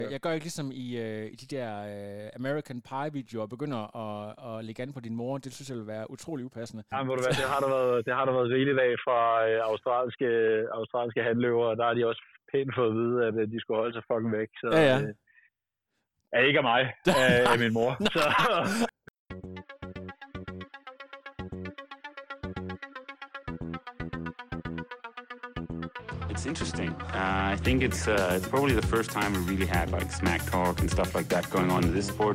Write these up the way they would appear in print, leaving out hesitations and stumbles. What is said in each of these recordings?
Jeg gør ikke ligesom i de der American Pie-videoer, og begynder at lægge an på din mor. Det synes jeg vil være utrolig upassende. Ja, ved du hvad, det har der været rigeligt af fra australske handløver, og der har de også pænt fået at vide, at de skulle holde sig fucking væk. Så, ja. Ikke af mig, af min mor. Så. It's interesting. I think it's probably the first time we really had like smack talk and stuff like that going on in this sport.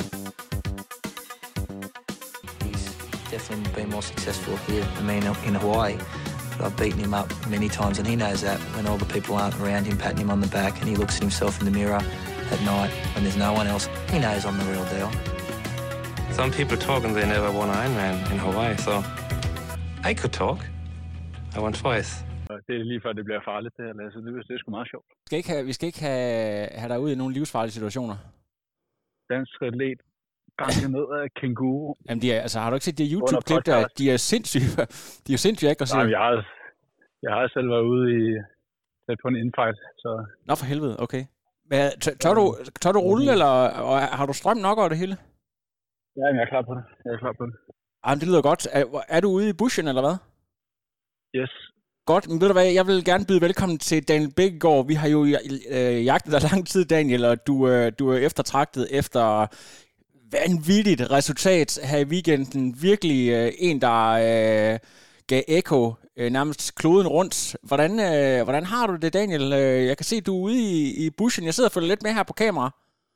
He's definitely been more successful here than me in Hawaii. But I've beaten him up many times, and he knows that when all the people aren't around him patting him on the back, and he looks at himself in the mirror at night when there's no one else, he knows I'm the real deal. Some people talk and they never won Ironman in Hawaii, so I could talk. I won twice. Det er lige før det bliver farligt, det her, Lasse. Det er sgu meget sjovt. Vi skal ikke have dig ud i nogle livsfarlige situationer. Dansk atlet banket ned af kænguru. Jamen, har du ikke set de YouTube-klip der? De er sindssygt aggressive. Nej, jeg har selv været ude på en infight, så... Nå, for helvede, okay. Men, tør du rulle, eller har du strøm nok over det hele? Ja, jeg er klar på det. Jamen, det lyder godt. Er du ude i bushen, eller hvad? Yes. Godt, men ved du hvad, jeg vil gerne byde velkommen til Daniel Bækkegaard. Vi har jo jagtet dig lang tid, Daniel, og du er eftertragtet efter vanvittigt resultat her i weekenden. Virkelig en, der gav ekko nærmest kloden rundt. Hvordan har du det, Daniel? Jeg kan se, du er ude i bushen. Jeg sidder og følger lidt med her på kamera.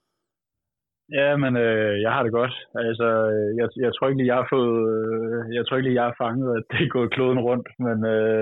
Ja, men jeg har det godt. Altså, jeg tror ikke lige, jeg har fanget, at det er gået kloden rundt, men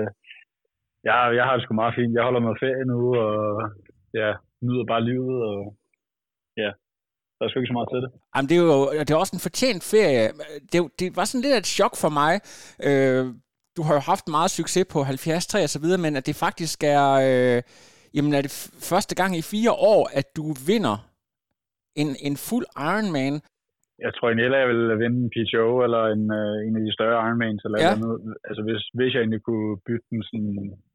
jeg har det sgu meget fint. Jeg holder mig ferie nu, og ja, nyder bare livet, og ja, der er sgu ikke så meget til det. Jamen, det er også en fortjent ferie. Det var sådan lidt et chok for mig. Du har jo haft meget succes på 73 og så videre, men at det faktisk er det første gang i 4 år, at du vinder en fuld Ironman. Jeg tror egentlig, jeg ville vinde en PTO eller en af de større Ironmans eller noget. Altså hvis jeg egentlig kunne bytte den sådan...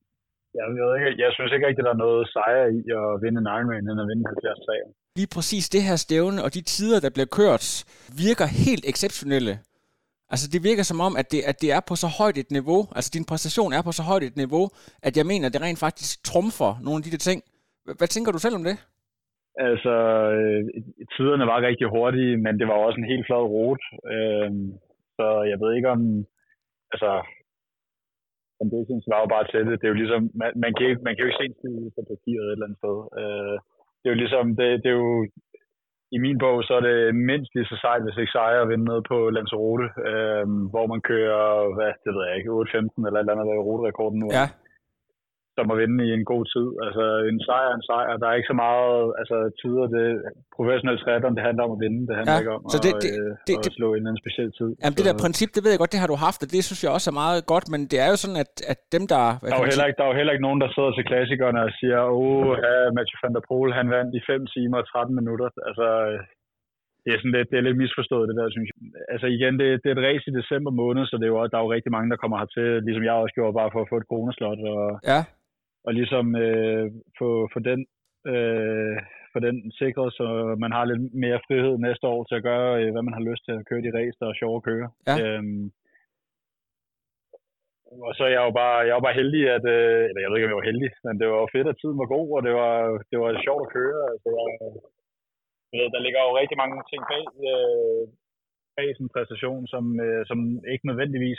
Jeg synes ikke rigtig, der er noget sejr i at vinde en Ironman, end at vinde 73. Lige præcis det her stævne og de tider, der bliver kørt, virker helt exceptionelle. Altså det virker som om, at det er på så højt et niveau, altså din præstation er på så højt et niveau, at jeg mener, at det rent faktisk trumfer nogle af de der ting. Hvad tænker du selv om det? Altså, tiderne var rigtig hurtige, men det var også en helt flad rute. Så jeg ved ikke om... Altså, conditions var jo bare til det. Det er jo ligesom... Man kan jo ikke se en på papiret et eller andet sted. Det er jo ligesom... Det er jo... I min bog, så er det mindst lige så sejt, hvis ikke sejrer at vinde noget på Lanzarote, hvor man kører, det ved jeg ikke, 8.15 eller et eller andet, der er ruterekorden nu. Ja. Som at vinde i en god tid. Altså, en sejr. Der er ikke så meget tider. Det professionelle triathlon, det handler om at vinde. Det handler ikke om at slå en eller anden speciel tid. Jamen, det der princip, det ved jeg godt, det har du haft, og det synes jeg også er meget godt, men det er jo sådan, at dem, der... Der er jo heller ikke nogen, der sidder til klassikerne og siger, Mathieu van der Poel, han vandt i 5 timer og 13 minutter. Altså, det er sådan lidt, det er lidt misforstået, det der, synes jeg. Altså igen, det er et race i december måned, så det er jo, der er jo rigtig mange, der kommer hertil, ligesom jeg også gjorde, bare for at få et coronaslot, og ligesom få den sikret, så man har lidt mere frihed næste år til at gøre, hvad man har lyst til at køre de race, der er sjove at køre. Ja. Og så er jeg jo bare heldig, at jeg ved ikke, om jeg var heldig, men det var jo fedt, at tiden var god, og det var sjovt at køre. Altså, der ligger jo rigtig mange ting bag sådan en præstation, som ikke nødvendigvis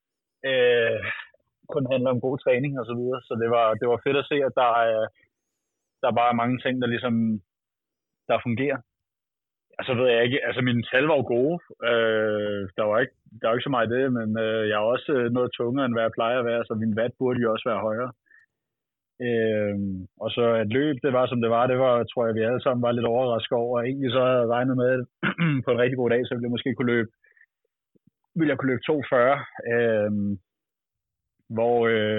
kun handler om god træning og så videre. Så det var fedt at se, at der bare er mange ting, der ligesom der fungerer. Altså ved jeg ikke, altså mine tal var jo gode. Der var ikke så meget i det, men jeg er også noget tungere, end hvad jeg plejer at være, så min watt burde jo også være højere. Og så et løb, det var som det var, tror jeg, vi alle sammen var lidt overrasket over. Og egentlig så havde jeg regnet med, at på en rigtig god dag, så ville jeg måske kunne løbe 2.40, hvor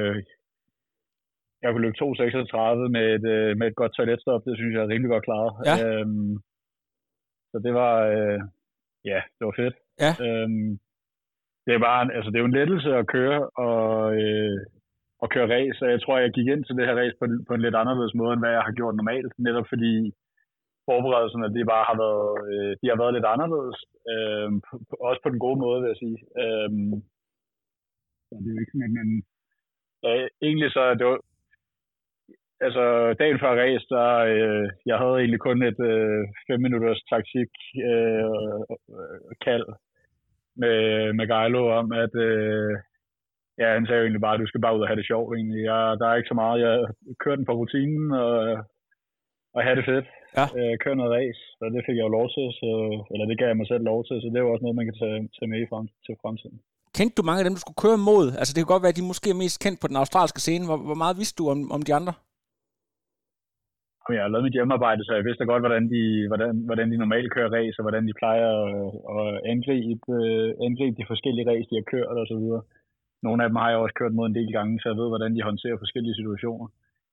jeg kunne løbe 2.36 med et godt toiletstop. Det synes jeg er rimelig godt klaret. Ja. Så det var, det var fedt. Ja. Det er bare, altså det er jo en lettelse at køre og køre race, og jeg tror, jeg gik ind til det her race på en lidt anderledes måde, end hvad jeg har gjort normalt, netop fordi forberedelserne, de har været lidt anderledes. Også på den gode måde, vil jeg sige. Så det er jo ikke, men egentlig så det var, altså dagen før race, der jeg havde egentlig kun et 5 minutters taktik kald med Geilo om, at han sagde jo egentlig bare, at du skal bare ud og have det sjovt egentlig. Der er ikke så meget. Jeg kører den på rutinen og have det fedt. Ja. Køre noget race, og det fik jeg jo lov til, eller det gav jeg mig selv lov til, så det er jo også noget, man kan tage med til fremtiden. Kendte du mange af dem, du skulle køre mod? Altså det kan godt være, at de måske er mest kendt på den australske scene. Hvor meget vidste du om de andre? Jeg har lavet mit hjemmearbejde, så jeg vidste godt, hvordan de normalt kører race, og hvordan de plejer at angribe de forskellige race, de har kørt og så videre. Nogle af dem har jeg også kørt mod en del gange, så jeg ved, hvordan de håndterer forskellige situationer.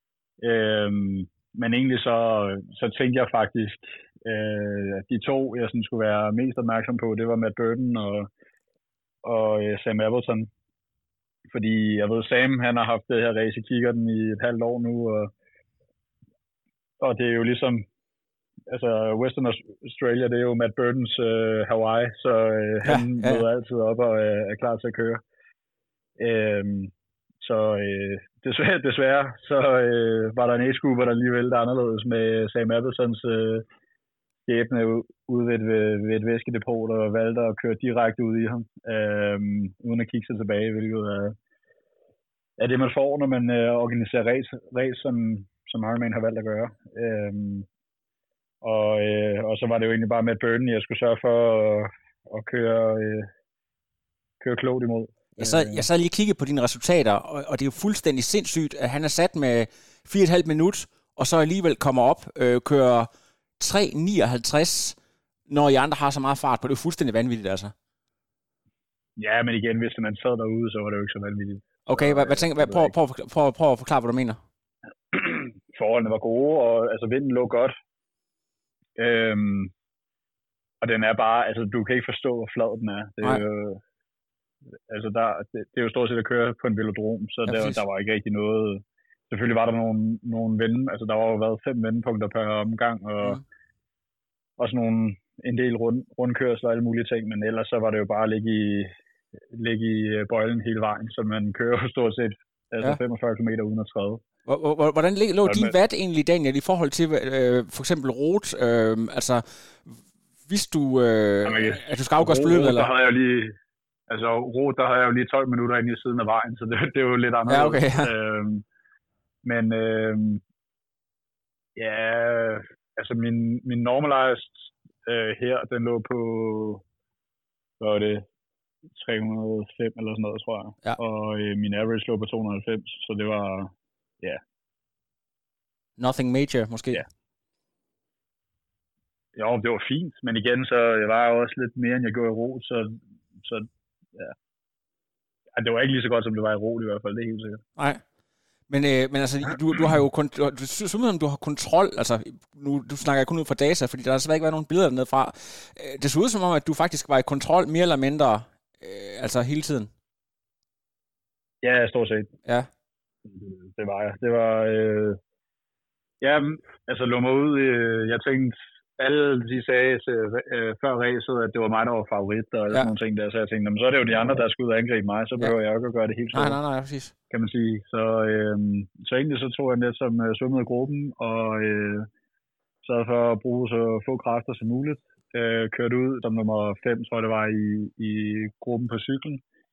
Men egentlig så tænkte jeg faktisk, at de to, jeg sådan skulle være mest opmærksom på, det var Matt Burton og Sam Appleton. Fordi jeg ved, Sam han har haft det her race i kikkerten i et halvt år nu, og det er jo ligesom, altså Western Australia, det er jo Matt Burtons Hawaii, så han møder altid op og er klar til at køre. Desværre så var der en age-grupper, der lige væltede anderledes med Sam Appletons skæbne ude ved et væskedepot, og valgte at køre direkte ud i ham, uden at kigge sig tilbage, hvilket er det, man får, når man organiserer race som Ironman har valgt at gøre. Og så var det jo egentlig bare Matt Burton, jeg skulle sørge for at køre klogt imod. Jeg sad lige og kiggede på dine resultater, og det er jo fuldstændig sindssygt, at han er sat med 4,5 minut, og så alligevel kommer op, kører 3,59, når I andre har så meget fart på. Det er jo fuldstændig vanvittigt, altså. Ja, men igen, hvis man sad derude, så var det jo ikke så vanvittigt. Okay, prøv at forklare, hvad du mener. Forholdene var gode, og altså vinden lå godt. Og den er bare, altså du kan ikke forstå, hvor flad den er. Det er jo, altså det er jo stort set at køre på en velodrom, så der var ikke rigtig noget. Selvfølgelig var der nogle vende, altså der var jo været 5 vendepunkter per omgang, og også en del rundkørsler og alle mulige ting, men ellers så var det jo bare at ligge i bøjlen hele vejen, så man kører jo stort set 45 km uden at træde. Hvordan lå din watt egentlig, Daniel, i forhold til for eksempel rot? Altså, vidste du, at du skal afgøre løbet, eller? Der havde jeg lige, altså rot, der havde jeg jo lige 12 minutter inde i siden af vejen, så det er jo lidt anderledes. Ja, okay, ja. Men altså min normalized her, den lå på, hvad var det, 305 eller sådan noget, tror jeg. Ja. Og min average lå på 290, så det var, Nothing major, måske? Ja. Jo, det var fint, men igen, så jeg var jo også lidt mere, end jeg gjorde i rot, så ja. Det var ikke lige så godt, som det var i rot i hvert fald, det er helt sikkert. Nej. Men altså, du har jo du har kontrol, altså, du snakker kun ud fra data, fordi der har desværre ikke været nogen billeder dernede fra. Det så ud som om, at du faktisk var i kontrol mere eller mindre, altså hele tiden. Ja, stort set. Ja. Det var jeg. Det var, altså lå mig ud, jeg tænkte, alle de sagde før racet, at det var mig, der var favorit og sådan nogle ting der, så jeg tænkte, så er det jo de andre, der skal ud og angribe mig, så behøver jeg jo ikke at gøre det helt stort. Nej, præcis. Kan man sige. Så egentlig så tog jeg net som svømmede gruppen, og sørgede for at bruge så få kræfter som muligt. Kørte ud som nummer 5, tror jeg det var, i gruppen på cyklen.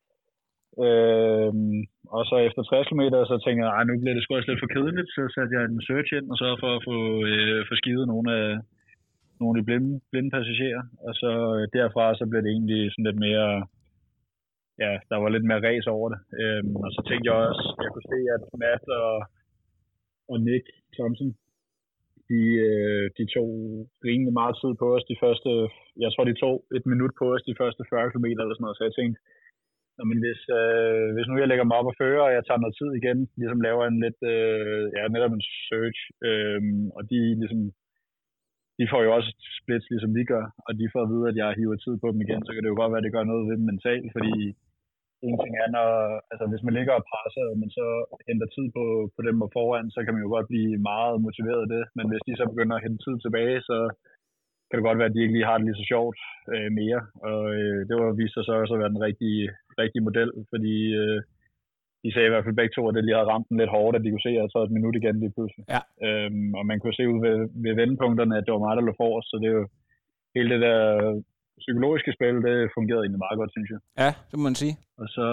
Og så efter 60 km, så tænkte jeg, nu bliver det sgu også lidt for kedeligt, så satte jeg en search ind og sørgede for at få skivet nogle af de blinde passagerer. Og så derfra, så blev det egentlig sådan lidt mere, der var lidt mere race over det. Og så tænkte jeg også, jeg kunne se, at Matt og Nick Thompson, de tog rimelig meget tid på os de første, jeg tror de tog 1 minut på os de første 40 km eller sådan noget, så jeg tænkte, men hvis nu jeg lægger mig op og fører, og jeg tager noget tid igen, ligesom laver en lidt, netop en search, og de får jo også splits, ligesom vi gør, og de får at vide, at jeg hiver tid på dem igen, så kan det jo godt være, at det gør noget ved dem mentalt, fordi en ting er, når, altså hvis man ligger og presser, men så henter tid på dem og foran, så kan man jo godt blive meget motiveret af det. Men hvis de så begynder at hente tid tilbage, så kan det godt være, at de ikke lige har det lige så sjovt mere. Og det var vist sig så også at være den rigtige model, fordi de sagde i hvert fald begge to, at det lige havde ramt den lidt hårdt, at de kunne se, at det var et minut igen lige pludselig. Ja. Og man kunne se ud ved vendepunkterne, at det var mig, der lå forrest, så det er jo hele det der psykologiske spil, det fungerede egentlig meget godt, synes jeg. Ja, det må man sige. Og så,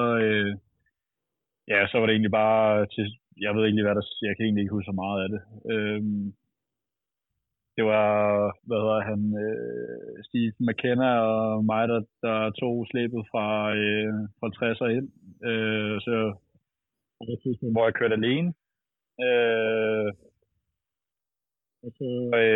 så var det egentlig bare til, jeg ved egentlig, jeg kan egentlig ikke huske så meget af det. Det var, Steve McKenna og mig, der tog slæbet fra 60'er ind. Så hvor jeg kørte alene. Og så,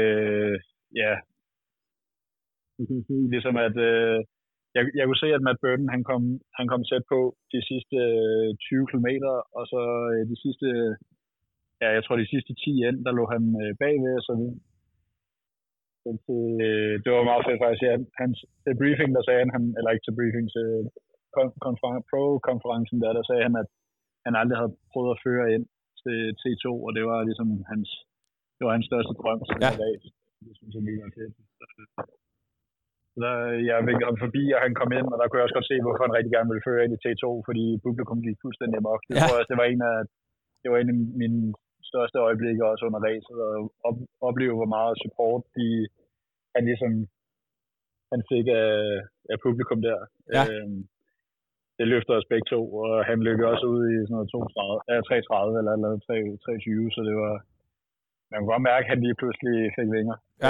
ligesom at jeg kunne se, at Matt Burton, han kom tæt på de sidste 20 kilometer, og så de sidste, jeg tror de sidste 10 ind, der lå han bagved, så det var meget fedt faktisk. Hans debriefing, der sagde han, eller ikke debriefing, til pro-konferencen der sagde han, at han aldrig havde prøvet at føre ind til T2, og det var ligesom hans største drøm. Ja. Det synes jeg var fedt. Jeg vinkede ham forbi, og han kom ind, og der kunne jeg også godt se, hvorfor han rigtig gerne ville føre ind i T2, fordi publikum gik fuldstændig amok. Det tror jeg også, det var en af mine største øjeblikke også under racet, og opleve, hvor meget support han fik af publikum der. Ja. Det løfter os begge to, og han løb også ud i sådan noget 3.30 eller 3.20, så det var, man kunne godt mærke, at han lige pludselig fik vinger. Ja.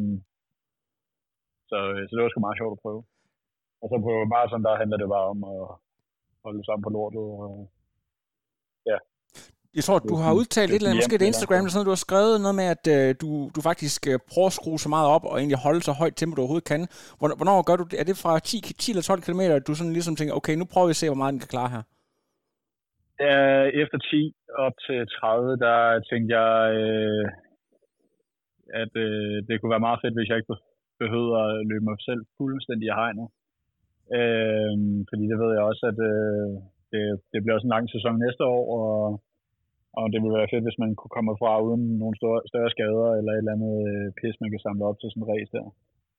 Så det var sgu meget sjovt at prøve. Og så på maraton, der handler det bare om at holde sammen på lortet. Og, ja. Jeg tror, du har udtalt et eller andet, måske det Instagram, eller sådan noget, du har skrevet noget med, at du faktisk prøver at skrue så meget op, og egentlig holde så højt tempo, du overhovedet kan. Hvornår gør du det? Er det fra 10 eller 12 km, at du sådan ligesom tænker, okay, nu prøver vi at se, hvor meget den kan klare her? Efter 10 op til 30, der tænkte jeg, at det kunne være meget fedt, hvis jeg ikke behøvede at løbe mig selv fuldstændig i hegnet. Fordi det ved jeg også, at det bliver også en lang sæson næste år, og det ville være fedt, hvis man kunne komme fra uden nogle større skader, eller et eller andet pis, man kan samle op til sådan en race der.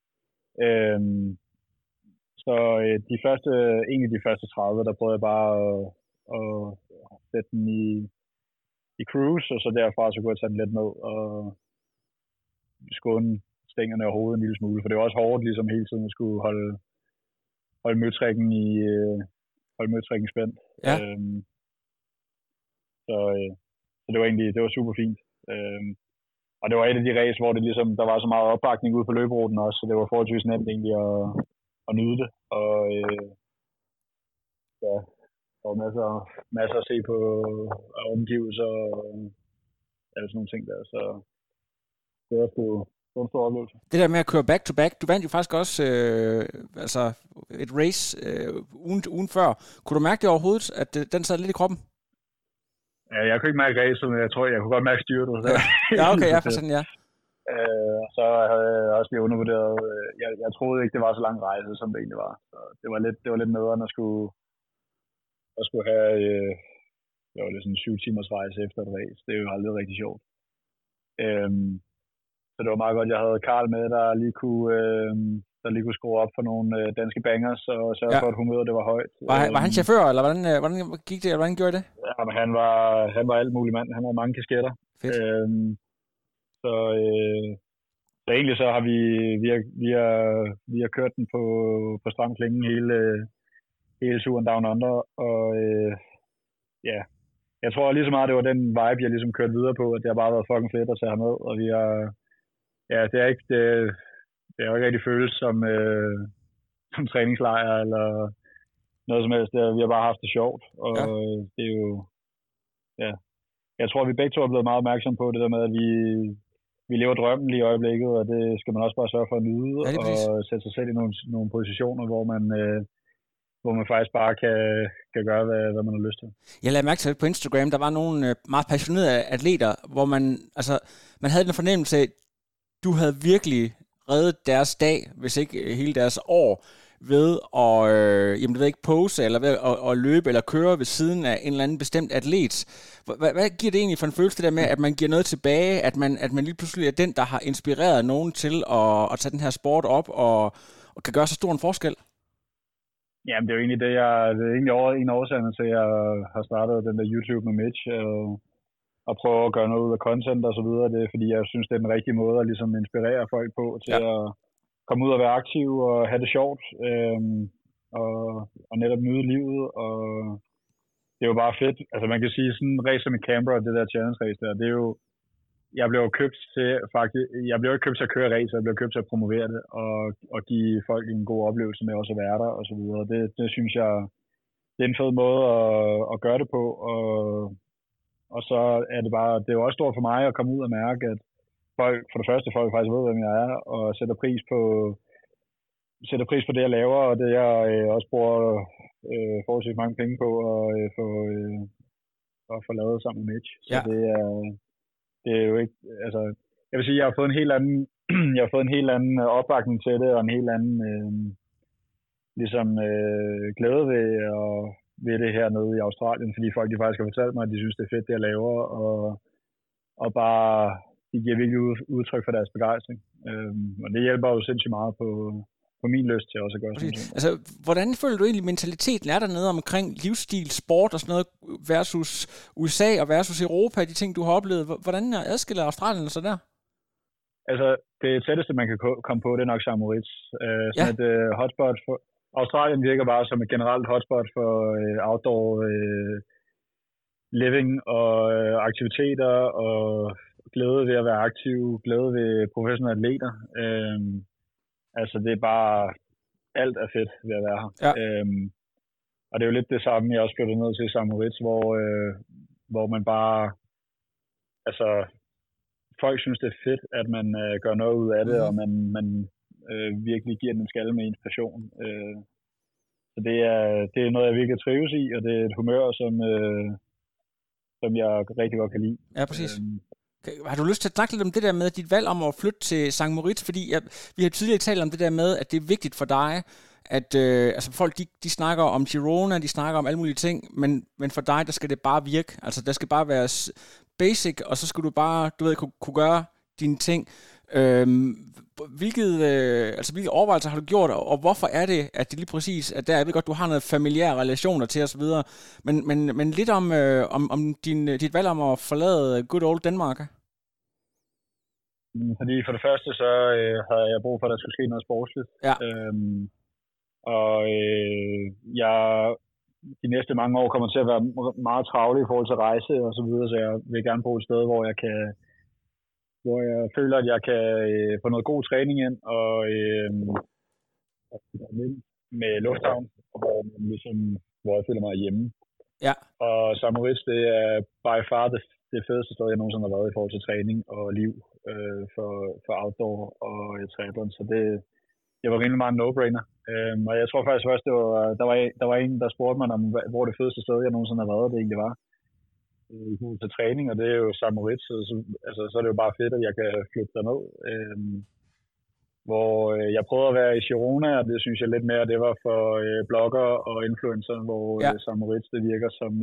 Så de første 30, der prøvede jeg bare at sætte den i cruise, og så derfra så kunne jeg tage den lidt ned, og skåne stængerne og hovedet en lille smule, for det var også hårdt ligesom hele tiden at skulle holde møtrækken spændt. Ja. Så det var egentlig, det var super fint. Og det var et af de race, hvor det ligesom, der var så meget opbakning ude på løberuten også, så det var forholdsvis nemt egentlig at nyde det. Og der var masser at se på omgivelser og alle sådan nogle ting der, så det var sgu en stor oplevelse. Det der med at køre back-to-back, du vandt jo faktisk også et race ugen før. Kunne du mærke det overhovedet, at den sad lidt i kroppen? Ja, jeg kunne ikke mærke racet, men jeg tror, jeg kunne godt mærke styrtet. Ja, okay, ja, for sådan, ja. Så havde jeg også lige undervurderet. Jeg troede ikke, det var så lang rejse, som det egentlig var. Så det var lidt nederen at skulle have det var lidt sådan en 7 timers rejse efter et race. Det er jo aldrig rigtig sjovt. Så det var meget godt, jeg havde Karl med, der lige kunne skrue op for nogle danske bangers og sørge for, at humøret det var højt. Var han chauffør, eller hvordan gik det, eller hvordan gjorde det? Ja, men han var alt muligt mand. Han havde mange kasketter. Fedt. Så egentlig så har vi har kørt den på Stram Klingen hele turen down under, og jeg tror lige så meget, det var den vibe, jeg ligesom kørte videre på, at det har bare været fucking fedt at tage ham med, og vi har, det er ikke ikke rigtig føles som træningslejr eller noget som helst. Vi har bare haft det sjovt, og det er jo, jeg tror, vi begge to er blevet meget opmærksomme på det der med, at vi lever drømmen lige i øjeblikket, og det skal man også bare sørge for at nyde, og sætte sig selv i nogle positioner, hvor man faktisk bare kan gøre, hvad man har lyst til. Jeg lagde mærke til på Instagram, der var nogle meget passionerede atleter, hvor man havde den fornemmelse af, du havde virkelig reddet deres dag, hvis ikke hele deres år. ved at jamen, ved ikke, pose, eller ved at løbe eller køre ved siden af en eller anden bestemt atlet. Hvad giver det egentlig for en følelse det der med, at man giver noget tilbage, at man lige pludselig er den, der har inspireret nogen til at tage den her sport op og kan gøre så stor en forskel? Jamen, det er jo egentlig det er egentlig en af årsagerne til, at jeg har startet den der YouTube med Mitch, og prøve at gøre noget ud af content og så videre. Det er, fordi jeg synes, det er den rigtige måde at ligesom inspirere folk på til at komme ud og være aktiv og have det sjovt, og netop nyde livet, og det er jo bare fedt. Altså man kan sige, sådan en race som i Canberra, det der challenge race der, det er jo, jeg blev jo ikke købt til at køre race, jeg blev købt til at promovere det, og give folk en god oplevelse med også at være der, og så videre. Det synes jeg, det er en fed måde at gøre det på, og så er det bare, det er jo også stort for mig at komme ud og mærke, at folk faktisk ved, hvem jeg er, og sætter pris på det, jeg laver, og det jeg også bruger forholdsvis mange penge på at få lavet sammen med Mitch. Så det er jo ikke, altså, jeg vil sige, jeg har fået en helt anden opbakning til det, og en helt anden glæde ved det her nede i Australien, fordi folk de faktisk har fortalt mig, at de synes, det er fedt, det jeg laver, og bare, de giver virkelig udtryk for deres begejstring. Og det hjælper jo sindssygt meget på min lyst til også at gøre sådan noget. Altså, hvordan føler du egentlig mentaliteten er dernede omkring livsstil, sport og sådan noget versus USA og versus Europa, de ting, du har oplevet? Hvordan adskiller Australien sig der? Altså, det tætteste, man kan komme på, det er nok St. Moritz. Et hotspot for Australien virker bare som et generelt hotspot for outdoor living og aktiviteter og glæde ved at være aktiv, glæde ved professionelle atleter. Altså det er bare, alt er fedt ved at være her. Ja. Og det er jo lidt det samme, jeg også flyttede ned til St. Moritz, hvor man bare, altså folk synes det er fedt, at man gør noget ud af det, og man virkelig giver den en skalle med inspiration. Så det er noget, jeg virkelig trives i, og det er et humør, som jeg rigtig godt kan lide. Ja, præcis. Har du lyst til at snakke lidt om det der med dit valg om at flytte til St. Moritz? Fordi vi har tidligere talt om det der med, at det er vigtigt for dig, at altså folk de snakker om Girona, de snakker om alle mulige ting, men for dig, der skal det bare virke. Altså der skal bare være basic, og så skal du bare, kunne gøre dine ting. Hvilke overvejelser har du gjort, og hvorfor er det, at det lige præcis, at der, jeg ved godt, du har noget familiære relationer til osv., men lidt om dit valg om at forlade good old Danmark? Fordi for det første, så havde jeg brug for, at der skulle ske noget sportsligt. Ja. De næste mange år kommer til at være meget travle i forhold til rejse og så videre, så jeg vil gerne bo et sted, hvor jeg føler, at jeg kan få noget god træning ind, og med lufthavn, hvor jeg føler mig hjemme. Ja. Og St. Moritz, det er by far det fedeste sted, jeg nogensinde har været i forhold til træning og liv for outdoor og triathlon, så det var rimelig meget en no-brainer. Og jeg tror faktisk først, der var en, der spurgte mig om, hvor det fedeste sted, jeg nogensinde har været, det egentlig var til træning, og det er jo St. Moritz, så er det jo bare fedt, at jeg kan flytte derned. Hvor jeg prøvede at være i Girona, og det synes jeg lidt mere, det var for blogger og influencer, hvor St. Moritz, det virker som,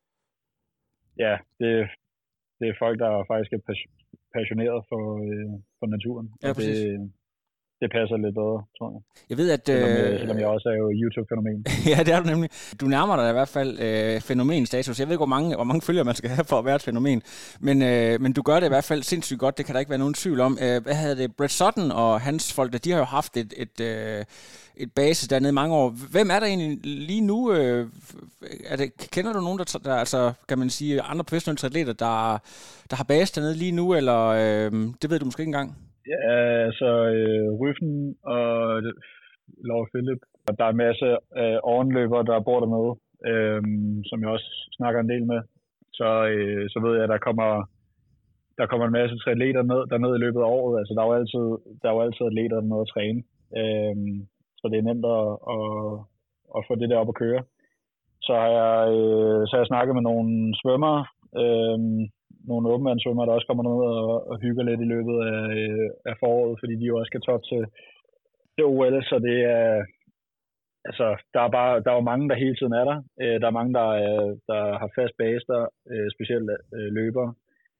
det er folk, der faktisk er passioneret for naturen. Ja, det passer lidt bedre, tror jeg. Jeg ved, at selvom jeg også er jo YouTube-fænomen. Ja, det er du nemlig. Du nærmer dig i hvert fald fænomenstatus. Jeg ved ikke, hvor mange følgere man skal have for at være et fænomen. Men du gør det i hvert fald sindssygt godt. Det kan der ikke være nogen tvivl om. Hvad havde det? Brett Sutton og hans folk, de har jo haft et base dernede i mange år. Hvem er der egentlig lige nu? Kender du nogen, der altså, kan man sige, andre professionelle atleter, der har base dernede lige nu? Eller det ved du måske ikke engang? Ja, altså Ryffen og Laura Philip. Der er en masse ovenløbere, der bor dernede, som jeg også snakker en del med. Så ved jeg, at der kommer en masse atleter derned i løbet af året. Altså der er jo altid atleter dernede at træne. Så det er nemt at få det der op at køre. Så har jeg snakket med nogle svømmere, nogle åbenvandssvømmere, der også kommer ned og hygger lidt i løbet af foråret, fordi de jo også skal top til OL, så altså, der er jo mange, der hele tiden er der. Der er mange, der har fast base der, specielt løbere.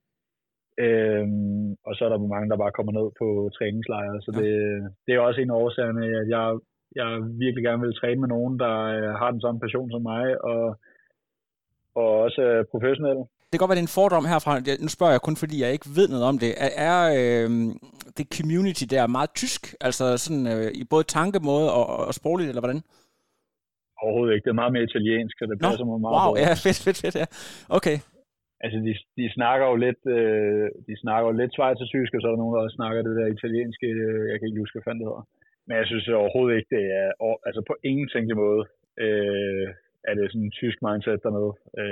Og så er der mange, der bare kommer ned på træningslejre. Så det er også en af årsagerne, at jeg virkelig gerne vil træne med nogen, der har den samme passion som mig, og også professionelle. Det kan godt være, det er en fordom herfra. Nu spørger jeg kun, fordi jeg ikke ved noget om det. Er det community der meget tysk? Altså sådan i både tankemåde og sprogligt, eller hvordan? Overhovedet ikke. Det er meget mere italiensk, så det passer mig meget. Wow, ja, fedt, ja. Okay. Altså, de snakker jo lidt schweizertysk, og så er der nogen, der også snakker det der italienske, jeg kan ikke huske, hvad fanden det hedder. Men jeg synes overhovedet ikke, det er, altså på ingen tænkelig måde, er det sådan en tysk mindset dernede.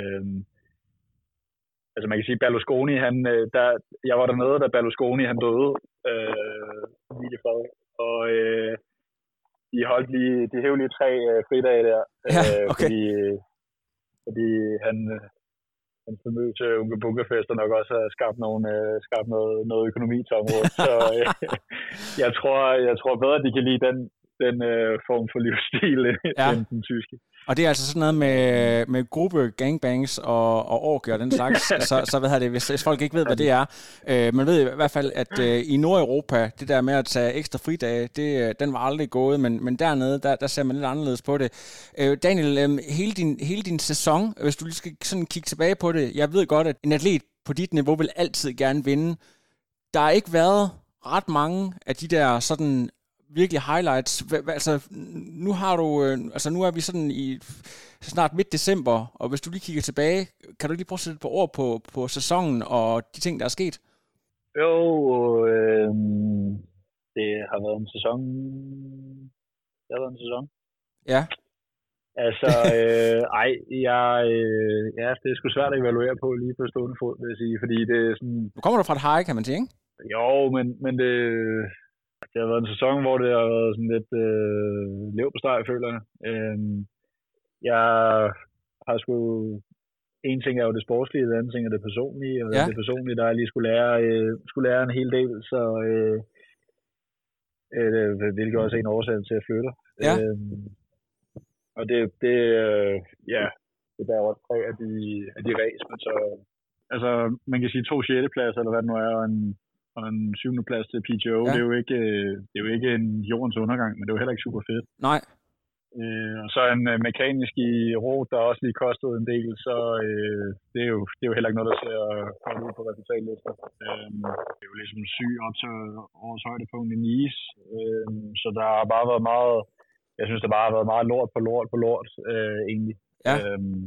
Altså man kan sige, Berlusconi, jeg var dernede, da Berlusconi, han døde, lige før, og de holdt lige, de hævde lige 3 fridage der, okay. fordi han famøse Unge Bunkerfester nok også har skabt noget økonomi til området. Så jeg tror bedre, at de kan lide den form for livsstil end den tyske. Og det er altså sådan noget med gruppe gangbangs og orgier og den slags, så hvad hedder det, hvis folk ikke ved, hvad det er. Man ved i hvert fald, at i Nordeuropa, det der med at tage ekstra fridage, den var aldrig gået, men dernede, der ser man lidt anderledes på det. Daniel, hele din sæson, hvis du lige skal sådan kigge tilbage på det, jeg ved godt, at en atlet på dit niveau vil altid gerne vinde. Der har ikke været ret mange af de der sådan virkelig highlights. Altså, nu er vi sådan i snart midt december, og hvis du lige kigger tilbage, kan du lige prøve at sætte et par ord på sæsonen og de ting, der er sket? Jo, det har været en sæson. Det har været en sæson. Ja. Altså, det er sgu svært at evaluere på lige på stående fod, vil jeg sige, fordi det er sådan... Nu kommer du fra et high, kan man sige, ikke? Jo, men det har været en sæson, hvor det har været sådan lidt lev på steg, føler jeg. Jeg har sgu... En ting er jo det sportslige, den anden ting er det personlige, og det personlige, der jeg lige skulle lære en hel del, så hvilket også er en årsag til at flytte. Ja. Og det der er også 3 af de ræs, men så... Altså, man kan sige 2 6. pladser, eller hvad det nu er, og en 7. plads til PTO. Ja. Det er jo ikke en jordens undergang, men det er jo heller ikke super fedt. Nej. Og så en mekanisk i rot, der også lige kostede en del, så det er jo heller ikke noget, der ser godt ud på resultatlisten. Det er jo ligesom syg op til årets højdepunkt i Nice, så der har bare været meget, jeg synes, der bare har været meget lort på lort, egentlig. Ja.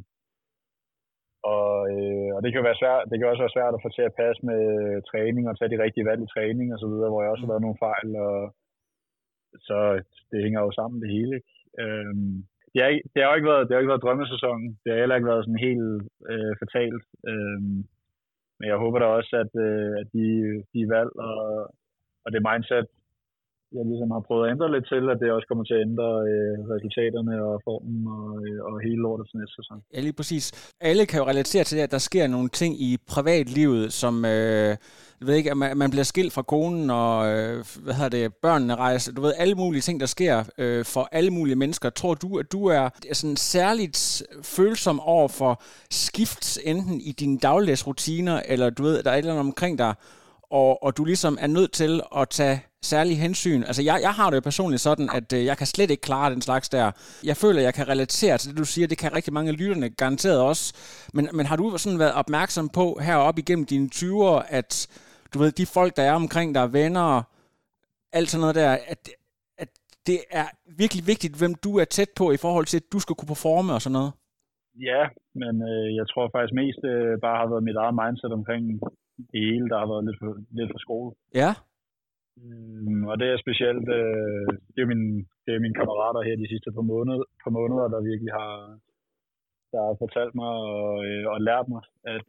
Og det kan jo være svært. Det kan også være svært at få til at passe med træning og tage de rigtige valg i træning og så videre, hvor jeg også har lavet nogle fejl, og så det hænger jo sammen det hele, ikke? Det har jo ikke været drømmesæsonen. Det har heller ikke været sådan helt fatalt. Men jeg håber da også, at de valg og det mindset, jeg ligesom har prøvet at ændre lidt til, at det også kommer til at ændre resultaterne og formen og hele lortet til næste sæson. Ja, lige præcis. Alle kan jo relatere til det, at der sker nogle ting i privatlivet, som, jeg ved ikke, at man bliver skilt fra konen, og børnene rejser, du ved, alle mulige ting, der sker for alle mulige mennesker. Tror du, at du er sådan særligt følsom over for skift, enten i dine dagligdagsrutiner, eller du ved, der er et eller andet omkring dig, og du ligesom er nødt til at tage særlige hensyn. Altså, jeg har det jo personligt sådan, at jeg kan slet ikke klare den slags der. Jeg føler, at jeg kan relatere til det, du siger. Det kan rigtig mange af lytterne garanteret også. Men har du sådan været opmærksom på heroppe igennem dine 20'ere, at du ved, de folk, der er omkring dig, venner, alt sådan noget der, at det er virkelig vigtigt, hvem du er tæt på i forhold til, at du skal kunne performe og sådan noget? Ja, men jeg tror faktisk mest bare har været mit eget mindset omkring det hele, der har været lidt for skole. Ja. Og det er specielt, det er mine kammerater her de sidste par måneder, der virkelig har fortalt mig og lært mig, at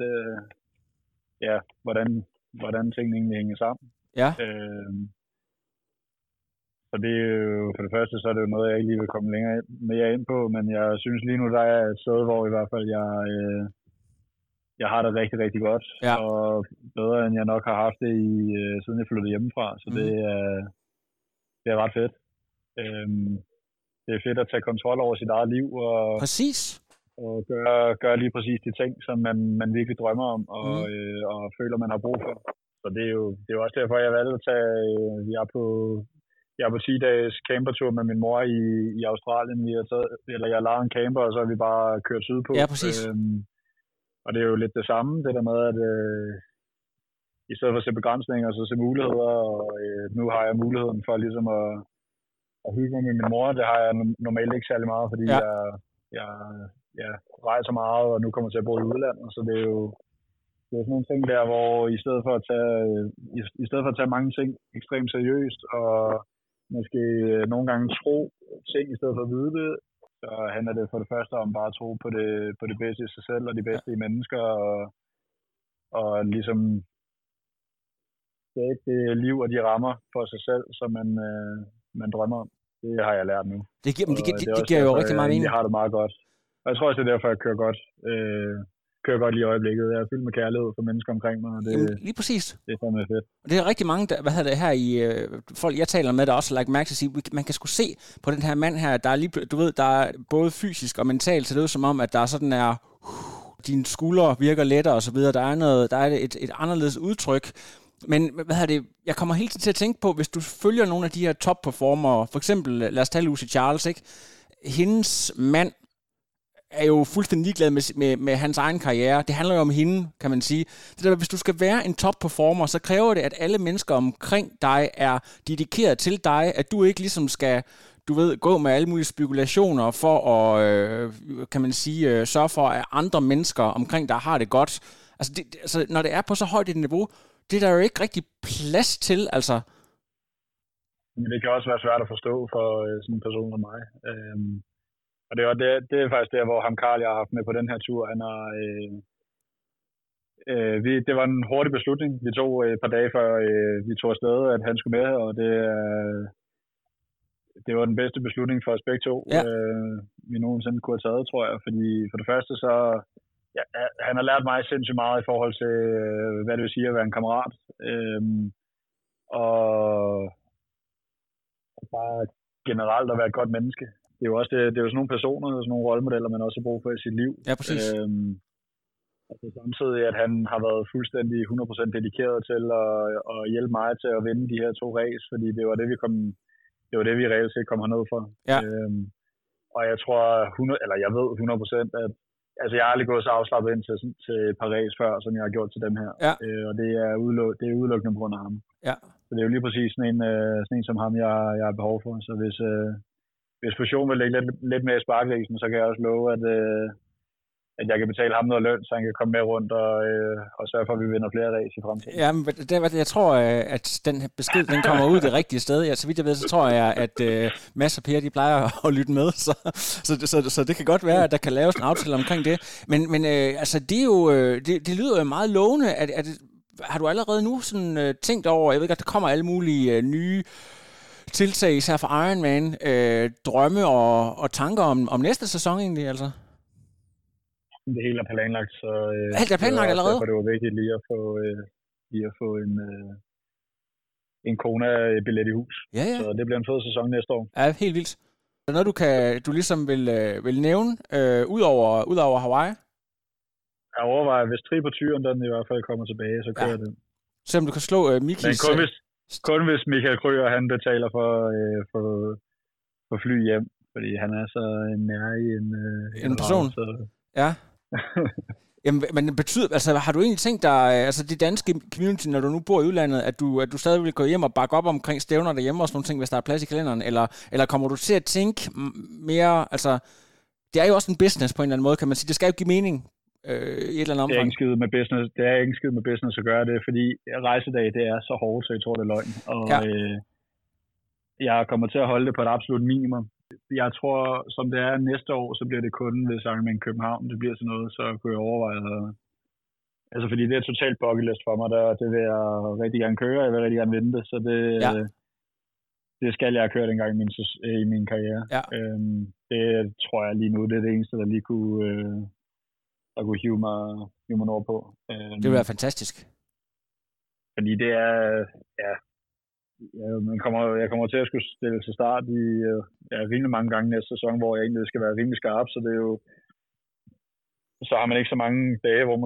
hvordan tingene egentlig hænger sammen. Ja. Så det er jo, for det første, så er det jo noget, jeg ikke lige vil komme mere ind på, men jeg synes lige nu, der er et sted, hvor i hvert fald jeg har det rigtig, rigtig godt, og bedre end jeg nok har haft det siden jeg flyttede hjemmefra, så det er ret fedt. det er fedt at tage kontrol over sit eget liv og, Præcis. og gøre lige præcis de ting, som man virkelig drømmer om og føler, man har brug for. Så det er jo også derfor, jeg valgte at tage... Jeg er på 10 dages campertur med min mor i Australien. Jeg har lejet en camper, og så har vi bare kørt sydpå. Ja, præcis. Og det er jo lidt det samme, det der med, at i stedet for at se begrænsninger, så se muligheder. Og nu har jeg muligheden for ligesom at hygge mig med min mor. Det har jeg normalt ikke særlig meget, fordi jeg rejser meget, og nu kommer jeg til at bo i udlandet. Så det er jo sådan nogle ting der, hvor i stedet for at tage mange ting ekstremt seriøst, og måske nogle gange tro ting i stedet for at vide det, så handler det for det første om bare at tro på det bedste i sig selv og de bedste i mennesker, og ligesom skabe det liv og de rammer for sig selv, som man drømmer om. Det har jeg lært nu. Det giver jo rigtig meget mening. Jeg har det meget godt. Og jeg tror også, det er derfor, jeg kører godt lige i øjeblikket. Jeg er fyldt med kærlighed for mennesker omkring mig. Og lige præcis. Det er fandme fedt. Og det er rigtig mange, her i folk, jeg taler med, der også har lagt mærke til at sige, man kan sgu se på den her mand her, der er lige, du ved, der er både fysisk og mentalt, så det er som om, at der sådan er, dine skuldre virker lettere og så videre. Der er et anderledes udtryk. Men jeg kommer hele tiden til at tænke på, hvis du følger nogle af de her top-performere, for eksempel, lad os tage Lucy Charles, ikke? Hendes mand er jo fuldstændig ligeglad med hans egen karriere. Det handler jo om hende, kan man sige. Det der, hvis du skal være en top-performer, så kræver det, at alle mennesker omkring dig er dedikeret til dig, at du ikke ligesom skal, du ved, gå med alle mulige spekulationer for at, kan man sige, sørge for, at andre mennesker omkring dig har det godt. Altså, når det er på så højt et niveau, det er der jo ikke rigtig plads til, altså. Men det kan også være svært at forstå for sådan en person som mig. Og det er faktisk der, hvor ham Karl, jeg har haft med på den her tur, han har... det var en hurtig beslutning. Vi tog et par dage før vi tog afsted, at han skulle med, og det var den bedste beslutning for os begge to, vi nogensinde kunne have taget, tror jeg. Fordi for det første så... Ja, han har lært mig sindssygt meget i forhold til, hvad det vil sige at være en kammerat. Og bare generelt at være et godt menneske. Det er jo også det er jo sådan nogle personer, og sådan nogle rollemodeller, man også har brug for i sit liv. Ja, præcis. Altså samtidig, at han har været fuldstændig 100% dedikeret til at hjælpe mig til at vinde de her 2 race, fordi det var det, vi reelt set kom herned for. Ja. Og jeg tror, jeg ved 100%, at altså, jeg har aldrig gået så afslappet ind til Paris før, som jeg har gjort til dem her. Ja. Og det er udelukkende på grund af ham. Ja. Så det er jo lige præcis sådan en som ham, jeg har behov for. Så hvis fusion vil lægge lidt mere i sparklæsen, så kan jeg også love, at jeg kan betale ham noget løn, så han kan komme med rundt og sørge for, at vi vinder flere race i fremtiden. Ja, men jeg tror, at den besked, den kommer ud det rigtige sted. Ja, så vidt jeg ved, så tror jeg, at Mads og Per, de plejer at lytte med, så det kan godt være, at der kan laves en aftale omkring det. Men altså, det er jo, det lyder jo meget lovende. Har du allerede nu sådan tænkt over, jeg ved ikke, at der kommer alle mulige nye tiltag, især for Ironman, drømme og tanker om næste sæson egentlig, altså? Det hele er planlagt, så alt er planlagt allerede? Det var vigtigt lige at få en Kona-billet i hus. Ja. Så det bliver en fed sæson næste år. Ja, helt vildt. Er der noget, du ligesom vil nævne, udover Hawaii? Jeg overvejer, hvis Tri på tyren, den i hvert fald kommer tilbage, så kører den. Selvom du kan slå Mikkels... Men kun hvis Michael Krøger, han betaler for fly hjem, fordi han er så nær i en person. Så... Ja. Jamen, men det betyder, altså, har du egentlig tænkt dig, altså det danske community, når du nu bor i udlandet, at du stadig vil gå hjem og bakke op omkring stævner derhjemme og sådan nogle ting, hvis der er plads i kalenderen, eller kommer du til at tænke mere, altså, det er jo også en business på en eller anden måde, kan man sige, det skal jo give mening i et eller andet omfang. Det er ikke skid med business at gøre det, fordi rejsedag, det er så hårdt, så jeg tror, det er løgn, og jeg kommer til at holde det på et absolut minimum. Jeg tror, som det er næste år, så bliver det kun, hvis Ironman København, det bliver sådan noget, så kunne jeg overveje. Altså, fordi det er totalt bucket list for mig, det vil jeg rigtig gerne køre, jeg vil rigtig gerne vinde det, så det skal jeg køre dengang i min karriere. Ja. Det tror jeg lige nu, det er det eneste, der lige kunne hive mig nord på. Det vil være fantastisk. Fordi det er, jeg kommer til at skulle stille til start i rimelig mange gange næste sæson, hvor jeg egentlig skal være rimelig skarp, så det er jo, så har man ikke så mange dage, hvor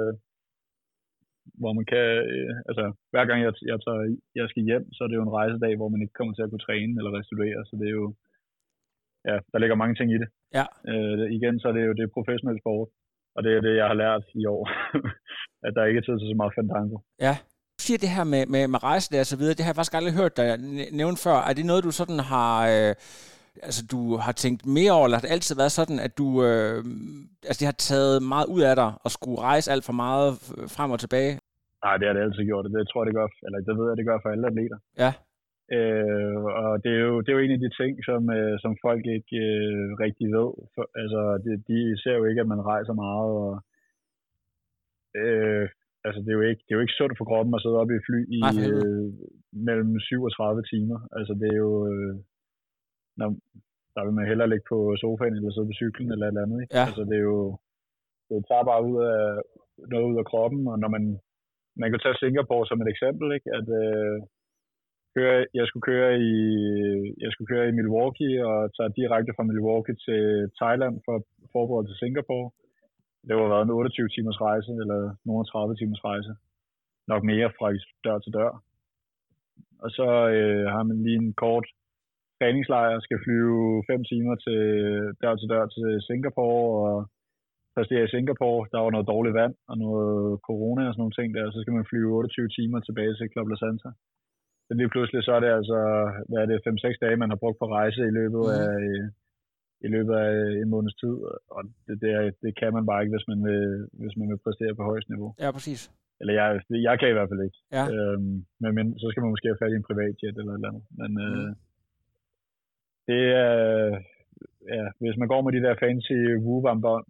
man kan altså hver gang jeg skal hjem, så er det jo en rejsedag, hvor man ikke kommer til at kunne træne eller restituere, så det er jo, ja, der ligger mange ting i det. Ja. Igen, så er det jo det professionelle sport, og det er det, jeg har lært i år, at der ikke er tid til så meget fandango. Ja. Du siger det her med rejsedag og så videre, det har jeg faktisk aldrig hørt dig nævne før. Er det noget, du sådan har, du har tænkt mere over, eller har det altid været sådan, at du, det har taget meget ud af dig at skulle rejse alt for meget frem og tilbage? Nej, det har det altid gjort. Det tror jeg, det gør, eller det ved jeg, det gør for alle atleter. Ja. Og det er jo en af de ting, som folk ikke rigtig ved. De ser jo ikke, at man rejser meget, og det er jo ikke sundt for kroppen at sidde oppe i fly i mellem 37 timer. Altså det er jo, der vil man hellere ligge på sofaen eller sidde på cyklen eller et eller andet. Ikke? Ja. Altså det er jo, det tager bare noget ud af kroppen, og når man kan tage Singapore som et eksempel, ikke? At jeg skulle køre i Milwaukee og tage direkte fra Milwaukee til Thailand for at forberede til Singapore. Det var været en 28 timers rejse, eller nogle 30 timers rejse. Nok mere fra dør til dør. Og så har man lige en kort træningslejr, skal flyve 5 timer til dør til Singapore, og præstere i Singapore. Der var noget dårligt vand og noget corona og sådan nogle ting der. Så skal man flyve 28 timer tilbage til Club La Santa. Så lige pludselig så er det altså, hvad er det, 5-6 dage, man har brugt på rejse i løbet af en måneds tid, og det kan man bare ikke, hvis man vil præstere på højst niveau. Ja, præcis. Eller jeg kan i hvert fald ikke. Ja. Men så skal man måske have fat i en privatjet eller et eller andet. Men det er, hvis man går med de der fancy Woo-armbånd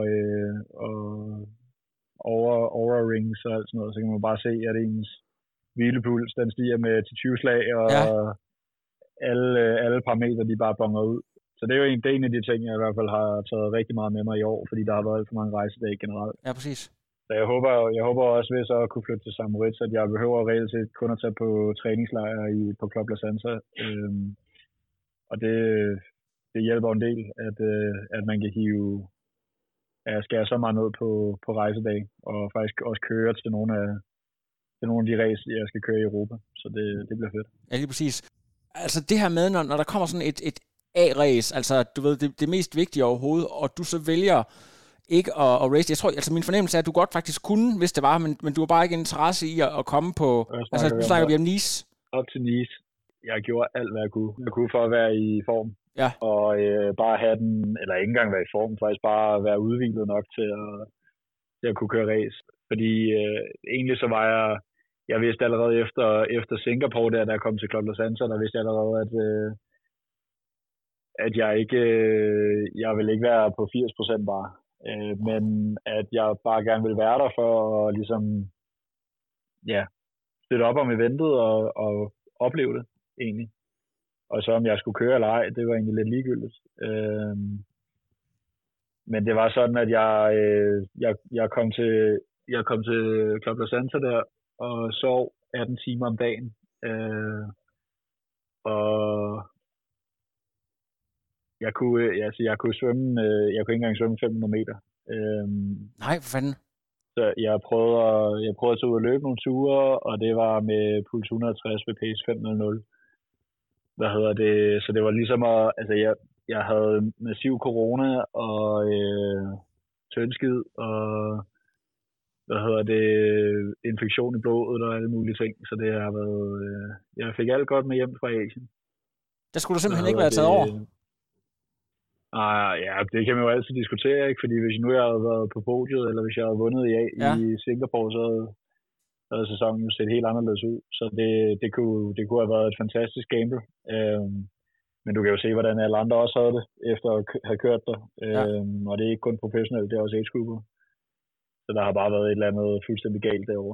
og Oura-rings og alt sådan noget, så kan man bare se, at ens hvilepuls, den stiger med til 20 slag, og alle parametre, de bare bonger ud. Så det er jo en af de ting, jeg i hvert fald har taget rigtig meget med mig i år, fordi der har været alt for mange rejsedage generelt. Ja, præcis. Så jeg håber også, ved så at kunne flytte til St. Moritz, at jeg behøver reelt set kun at tage på træningslejre på Club La Santa. Og det hjælper en del, at man kan skære så meget ned på rejsedage, og faktisk også køre til nogle af de race, jeg skal køre i Europa. Så det bliver fedt. Ja, lige præcis. Altså det her med, når der kommer sådan et A-race, altså du ved, det mest vigtige overhovedet, og du så vælger ikke at race. Jeg tror, altså min fornemmelse er, at du godt faktisk kunne, hvis det var, men du har bare ikke interesse i at komme på, altså nu snakker vi om Nice. Op til Nice. Jeg gjorde alt, hvad jeg kunne. Jeg kunne for at være i form. Ja. Og bare have den, eller ikke engang være i form, faktisk bare være udviklet nok til at kunne køre race. Fordi egentlig så var jeg vidste allerede efter Singapore, da jeg kom til Club La Santa, der vidste jeg allerede, at jeg vil ikke være på 80% bare. Men at jeg bare gerne vil være der for at ligesom, støtte op om eventet og opleve det egentlig. Og så om jeg skulle køre eller ej, det var egentlig lidt ligegyldigt. Men det var sådan, at jeg kom til Club La Santa der og sov 18 timer om dagen. Og jeg kunne svømme, jeg kunne ikke engang svømme 500 meter. Nej, for fanden. Så jeg prøvede at tage ud og løbe nogle ture, og det var med puls 160 ved pace 500. Så det var ligesom jeg havde massiv corona og tyndskid og infektion i blodet og alle mulige ting. Så det har været, jeg fik alt godt med hjem fra Asien. Der skulle du simpelthen ikke være taget over? Ja, det kan man jo altid diskutere, ikke? Fordi hvis nu jeg havde været på podiet, eller hvis jeg havde vundet i Singapore, så havde sæsonen jo set helt anderledes ud. Så det kunne have været et fantastisk gamble. Men du kan jo se, hvordan alle andre også havde det, efter at have kørt der. Og det er ikke kun professionelt, det er også age-grupper. Så der har bare været et eller andet fuldstændig galt derovre.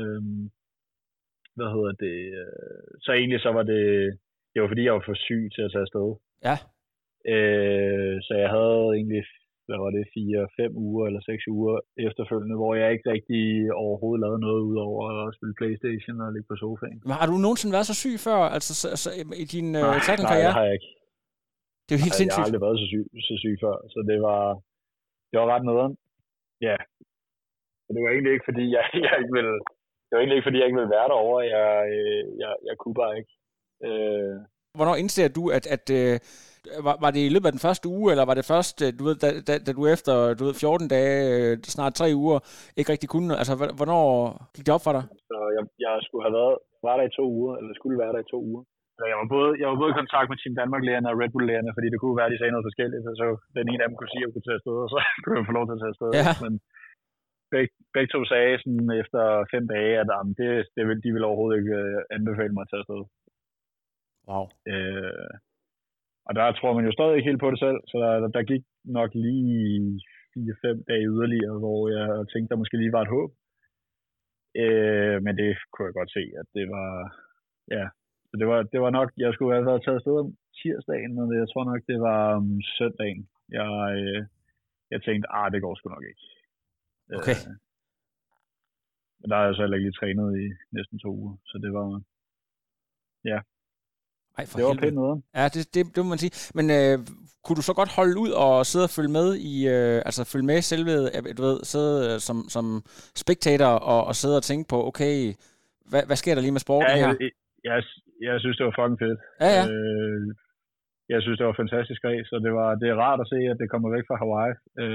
Så egentlig så var det var fordi, jeg var for syg til at tage afsted. Ja. Så jeg havde egentlig hvad var det, 4-5 uger eller 6 uger efterfølgende, hvor jeg ikke rigtig overhovedet lavede noget ud over at spille PlayStation og ligge på sofaen. Men har du nogensinde været så syg før, altså i din Nej, det har jeg ikke. Det er jo helt sindssygt. Jeg har aldrig været så syg før, så det var ret nederen. Ja. Det var egentlig ikke, fordi jeg ikke ville... Det var egentlig ikke, fordi jeg ikke ville være derovre. Jeg kunne bare ikke. Hvornår indser du, at var det i løbet af den første uge, eller var det først, du ved, da du efter 14 dage, snart 3 uger, ikke rigtig kunne? Altså, hvornår gik det op for dig? Så jeg skulle have var der i 2 uger, eller skulle være der i 2 uger. Så jeg var både i kontakt med Team Danmark-lægerne og Red Bull-lægerne, fordi det kunne være, de sagde noget forskelligt, så den ene af dem kunne sige, at jeg kunne tage afsted, og så kunne jeg få lov til at tage afsted. Ja. Men begge to sagde sådan efter 5 dage, at de ville overhovedet ikke anbefale mig at tage afsted. Wow. Og der tror man jo stadig ikke helt på det selv, så der gik nok lige 4-5 dage yderligere, hvor jeg tænkte, der måske lige var et håb. Men det kunne jeg godt se, at det var... Ja, så det var nok... Jeg skulle have været taget afsted om tirsdagen, men jeg tror nok, det var om søndagen. Jeg tænkte, det går sgu nok ikke. Okay. Men der har jeg så heller ikke lige trænet i næsten 2 uger, så det var... Ja. Ej, det var pænt noget. Ja, det må man sige. Men kunne du så godt holde ud og sidde og følge med i, altså følge med selve, du ved, sidde som spectator og sidde og tænke på, okay, hvad sker der lige med sporten her? Jeg synes, det var fucking fedt. Ja. Jeg synes, det var fantastisk race, og det er rart at se, at det kommer væk fra Hawaii,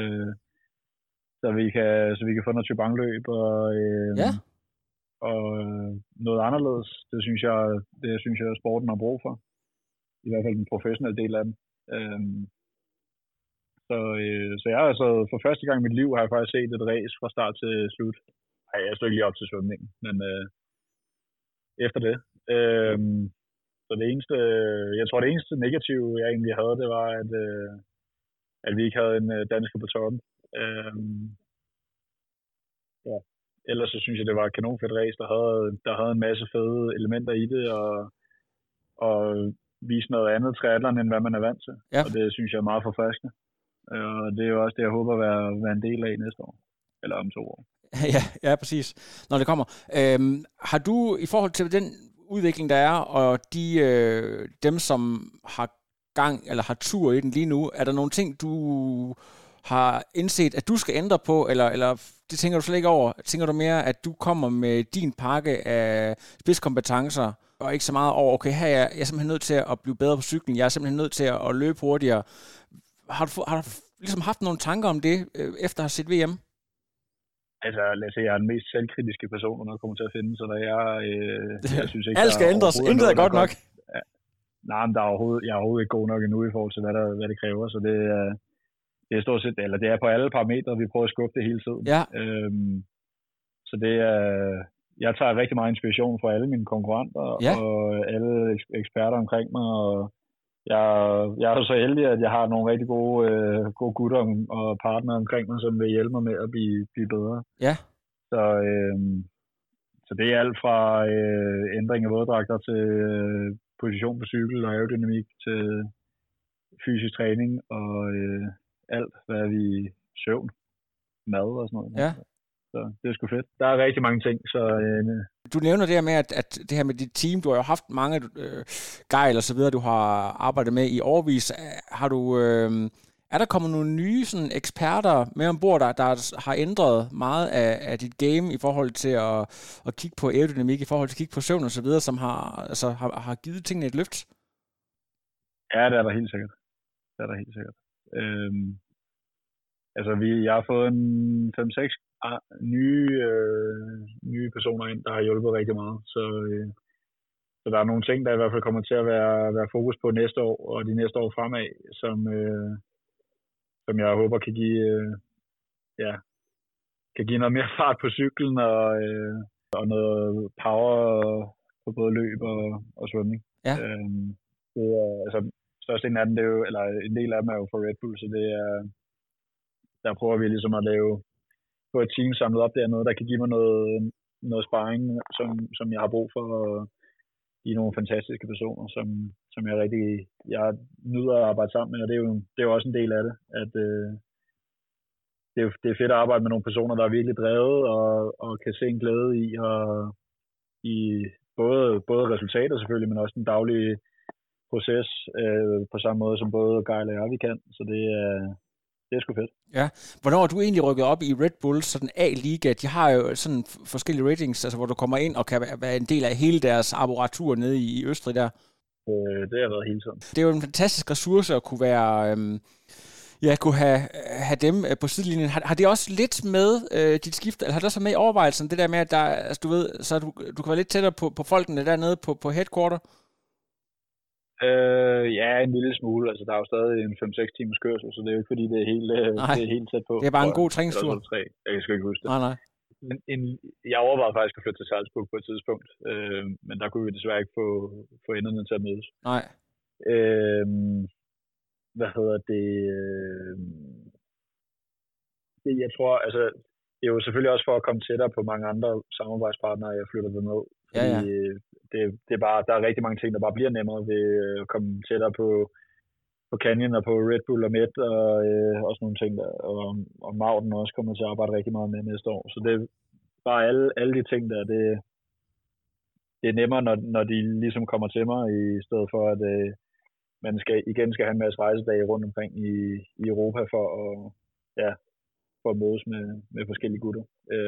så vi kan få noget tybangløb og noget anderledes. Det synes jeg, sporten har brug for. I hvert fald den professionelle del af den. Så jeg har altså for første gang i mit liv har jeg faktisk set et race fra start til slut. Nej, jeg stod ikke lige op til svømningen, men efter det. Så det eneste negative, jeg egentlig havde, det var, at vi ikke havde en dansker på toppen. Ja. Ellers så synes jeg, det var et kanonfedt race, der havde en masse fede elementer i det, og vise noget andet triathlon, end hvad man er vant til. Ja. Og det synes jeg er meget forfriskende. Og det er jo også det, jeg håber at være en del af næste år. Eller om 2 år. Ja, præcis. Når det kommer. Har du i forhold til den udvikling, der er, og dem, som har gang, eller har tur i den lige nu, er der nogle ting, du har indset, at du skal ændre på, eller det tænker du slet ikke over? Tænker du mere, at du kommer med din pakke af spidskompetencer, og ikke så meget over, okay, her er jeg simpelthen nødt til at blive bedre på cyklen, jeg er simpelthen nødt til at løbe hurtigere. Har du ligesom haft nogle tanker om det, efter at have set VM? Altså, lad os se, jeg er den mest selvkritiske person, der kommer til at finde, så jeg synes ikke... Alt skal ændres, intet er godt nok. Ja. Nej, men jeg er overhovedet ikke god nok endnu i forhold til, hvad det kræver, så det er stort set, eller det er på alle parametre, vi prøver at skubbe det hele tiden. Ja. Så det er... Jeg tager rigtig meget inspiration fra alle mine konkurrenter og alle eksperter omkring mig, og jeg er så heldig, at jeg har nogle rigtig gode gutter og partnere omkring mig, som vil hjælpe mig med at blive bedre. Ja. Så det er alt fra ændring af våddragter til position på cykel og aerodynamik til fysisk træning og alt, hvad vi søvn, mad og sådan noget. Ja. Så det er sgu fedt. Der er rigtig mange ting. Så, Du nævner det her med, at det her med dit team, du har jo haft mange gejl og så videre, du har arbejdet med i årevis. Har du, er der kommet nogle nye sådan, eksperter med ombord, der har ændret meget af dit game i forhold til at kigge på aerodynamik, i forhold til at kigge på søvn og så videre, som har givet tingene et løft? Ja, det er der helt sikkert. Altså, jeg har fået en 5-6 nye personer ind, der har hjulpet rigtig meget. Så der er nogle ting, der i hvert fald kommer til at være fokus på næste år, og de næste år fremad, som jeg håber kan give noget mere fart på cyklen, og noget power på både løb og svømning. Ja. Det er, altså, størstedelen af dem, eller en del af dem er jo for Red Bull, så det er, der prøver vi ligesom at få et team samlet op dernede, der kan give mig noget sparring, som jeg har brug for, og give nogle fantastiske personer, som jeg nyder at arbejde sammen med, og det er jo også en del af det, det er fedt at arbejde med nogle personer, der er virkelig drevet og kan se en glæde i både resultater selvfølgelig, men også den daglige proces på samme måde som både Geil og jeg vi kan. Så det er sgu fedt. Ja. Hvornår er du egentlig rykket op i Red Bull, sådan A-liga? De har jo sådan forskellige ratings, altså hvor du kommer ind og kan være en del af hele deres apparatur nede i Østrig der. Det har været hele tiden. Det er jo en fantastisk ressource at kunne være... kunne have dem på sidelinjen. Har det også lidt med dit skift, eller har det også med i overvejelsen, det der med, at der, altså, du ved, så du kan være lidt tættere på folkene dernede på headquarter? Ja, en lille smule. Altså, der er jo stadig en 5-6 timers kørsel, så det er jo ikke, fordi det er helt tæt på. Det er bare en god træningstur. Jeg skal ikke huske det. Nej. Jeg overvejede faktisk at flytte til Salzburg på et tidspunkt, men der kunne vi desværre ikke få enderne til at mødes. Nej. Jeg tror, altså, det er jo selvfølgelig også for at komme tættere på mange andre samarbejdspartnere, jeg flytter derned. Fordi det er bare, der er rigtig mange ting, der bare bliver nemmere ved at komme tættere på Canyon og på Red Bull og Met og også nogle ting, der, og Mauden også kommer til at arbejde rigtig meget med næste år. Så det er bare alle de ting der, det er nemmere, når de ligesom kommer til mig, i stedet for at man skal have en masse rejsedage rundt omkring i Europa for at mødes med forskellige gutter.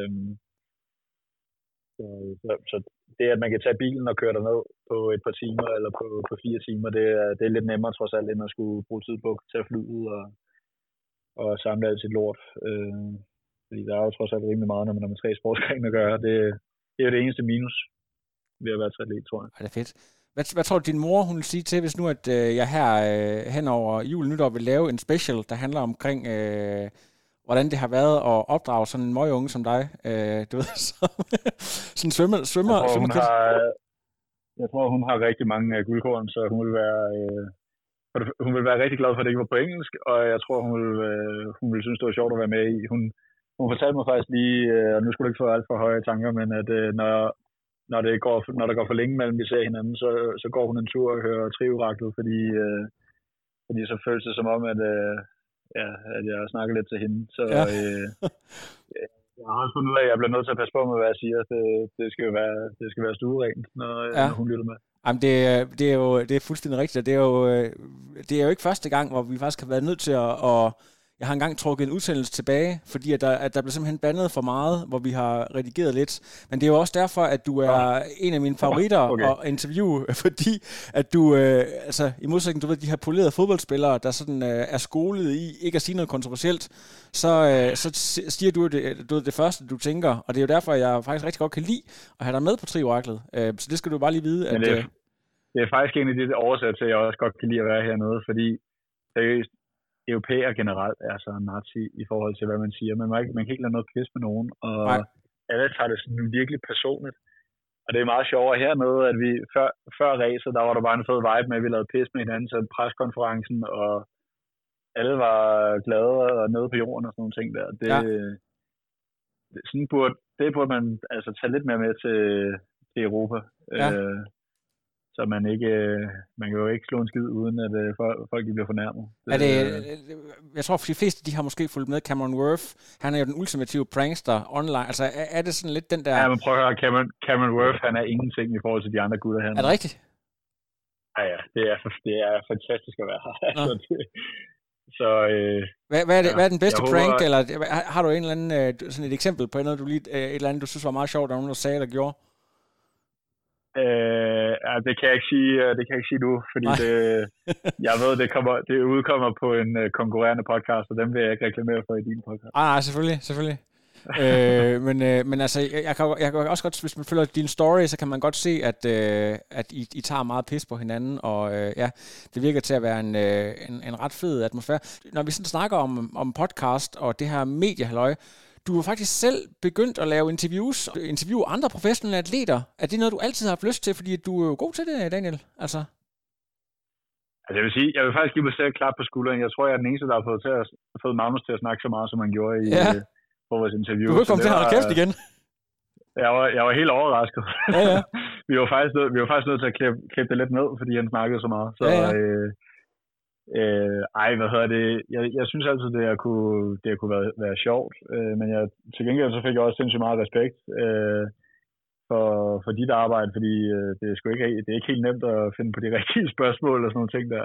Så det, at man kan tage bilen og køre derned på et par timer eller på 4 timer, det er lidt nemmere trods alt, end at skulle bruge tid på at tage flyet og samle alt sit lort. Fordi der er jo trods alt rimelig meget, når man har med 3 sportsgrene at gøre. Det er jo det eneste minus ved at være triatlet, tror jeg. Ja, det er fedt. Hvad tror du, din mor hun vil sige til, hvis nu at jeg her hen over jul nytår vil lave en special, der handler omkring, hvordan det har været at opdrage sådan en møgunge som dig? Du ved, sådan svømmer. Jeg tror, hun har rigtig mange guldkorn, så hun vil være rigtig glad for, at det ikke var på engelsk, og jeg tror, hun vil synes, det var sjovt at være med i. Hun fortalte mig faktisk lige, og nu skulle du ikke få alt for høje tanker, men at når der går for længe mellem vi ser hinanden, så går hun en tur og hører Trioraklet, fordi så føles det som om, at jeg snakker lidt til hende. Så jeg har også fundet ud af, at jeg bliver nødt til at passe på med, hvad jeg siger. Det skal være stuerent, når hun lytter med. Jamen, det er fuldstændig rigtigt. Det er jo ikke første gang, hvor vi faktisk har været nødt til at jeg har engang trukket en udsendelse tilbage, fordi at der blev simpelthen bandet for meget, hvor vi har redigeret lidt. Men det er jo også derfor, at du er en af mine favoritter at interviewe, fordi at du, altså i modsætning, du ved, de her polerede fodboldspillere, der sådan er skolet i ikke at sige noget kontroversielt, så siger du det første, du tænker, og det er jo derfor, jeg faktisk rigtig godt kan lide at have dig med på Trioraklet. Så det skal du bare lige vide. At, det er faktisk en af de årsager til, at jeg også godt kan lide at være hernede, fordi seriøst, europæer generelt er så nazi i forhold til, hvad man siger. Man kan ikke lade noget pisse med nogen, og alle tager det sådan virkelig personligt. Og det er meget sjovere hernede, at vi før racet, der var der bare en fed vibe med, at vi lavede pisse med hinanden til preskonferencen, og alle var glade og nede på jorden og sådan nogle ting der. Det burde man altså tage lidt mere med til Europa. Ja. Så man kan jo ikke slå en skid, uden at folk bliver fornærmet. Jeg tror, for de fleste, de har måske fulgt med Cameron Worth. Han er jo den ultimative prankster online. Altså, er det sådan lidt den der... Ja, men prøv at høre, Cameron Worth, han er ingenting i forhold til de andre gutter her. Er det rigtigt? Ja, det er fantastisk at være her. Altså, hvad er den bedste prank, eller har du en eller anden, sådan et eksempel på noget, et eller andet, du synes var meget sjovt, der var nogen, der sagde eller gjorde? Det kan jeg ikke sige nu, fordi jeg ved, det udkommer på en konkurrerende podcast, og dem vil jeg ikke reklamere for i din podcast. Nej, selvfølgelig. Men altså, jeg kan også godt, hvis man følger din story, så kan man godt se, at I tager meget pis på hinanden, og det virker til at være en ret fed atmosfære. Når vi sådan snakker om podcast og det her mediehalløj, du har faktisk selv begyndt at lave interviewe andre professionelle atleter. Er det noget, du altid har haft lyst til, fordi du er jo god til det, Daniel? Altså jeg vil sige, jeg vil faktisk give mig selv klap på skulderen. Jeg tror, jeg er den eneste, der har fået Magnus til at snakke så meget, som han gjorde på vores interview. Du kunne komme til at holde kæft igen. Jeg var helt overrasket. Ja. vi var faktisk nødt til at klippe det lidt ned, fordi han snakkede så meget. Så, Hvad hedder det? Jeg synes altid, det kunne være sjovt, men til gengæld så fik jeg også sindssygt meget respekt for dit arbejde, fordi det er ikke helt nemt at finde på de rigtige spørgsmål og sådan nogle ting der.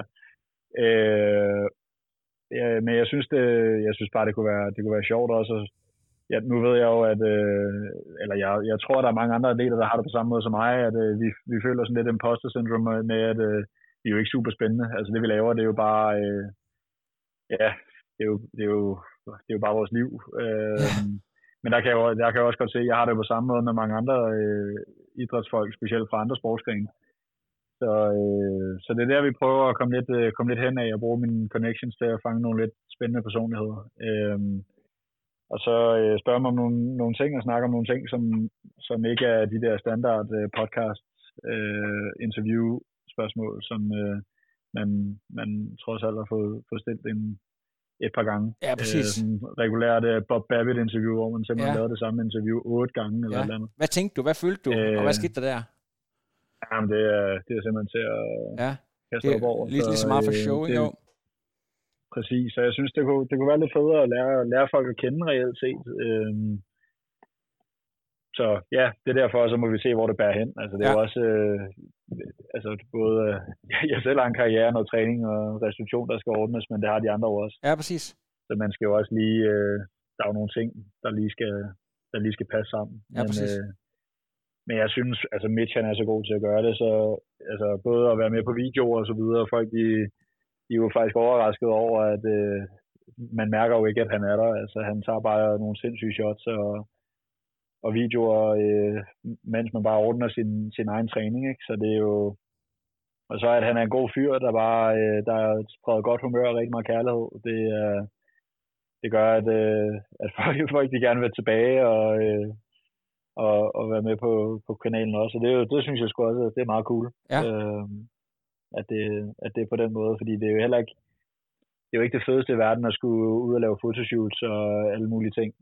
Men jeg synes bare, det kunne være sjovt også. Ja, nu ved jeg jo, at jeg tror, at der er mange andre atleter, der har det på samme måde som mig, at vi føler sådan lidt imposter syndrome med, at det er jo ikke super spændende. Altså det, vi laver, det er jo bare, det er jo bare vores liv. Men der kan jeg også godt se, at jeg har det på samme måde med mange andre idrætsfolk, specielt fra andre sportsgrene. Så det er der, vi prøver at komme lidt hen af og bruge mine connections til at fange nogle lidt spændende personligheder. Og så spørge mig om nogle ting og snakke om nogle ting, som ikke er de der standard podcast interview spørgsmål, som man trods alt har fået stillet et par gange. Ja, præcis. Regulært Bob Babbitt interview, hvor man simpelthen lavede det samme interview 8 gange eller et eller andet. Hvad tænkte du? Hvad følte du? Og hvad skete der der? Jamen, det er simpelthen til at kaste op over. Lige så meget for show, jo. Præcis, så jeg synes, det kunne være lidt federe at lære folk at kende reelt set. Så ja, det er derfor, så må vi se, hvor det bærer hen. Altså, det er jo også, både, jeg selv har en karriere, noget træning og restitution, der skal ordnes, men det har de andre også. Ja, præcis. Så man skal jo også lige, der er jo nogle ting, der lige skal passe sammen. Ja, præcis. Men jeg synes, altså Mitch, han er så god til at gøre det, så altså, både at være med på videoer og så videre, folk de er jo faktisk overrasket over, at man mærker jo ikke, at han er der. Altså, han tager bare nogle sindssyge shots og videoer, mens man bare ordner sin egen træning, ikke? Så det er jo... Og så at han er en god fyr, der er spredt godt humør og rigtig meget kærlighed. Det gør, at folk de gerne vil tilbage og være med på kanalen også. Og det synes jeg sgu også, det er meget cool. Ja. At det er på den måde, fordi det er jo heller ikke, det er jo ikke det fedeste i verden at skulle ud og lave fotoshoots og alle mulige ting,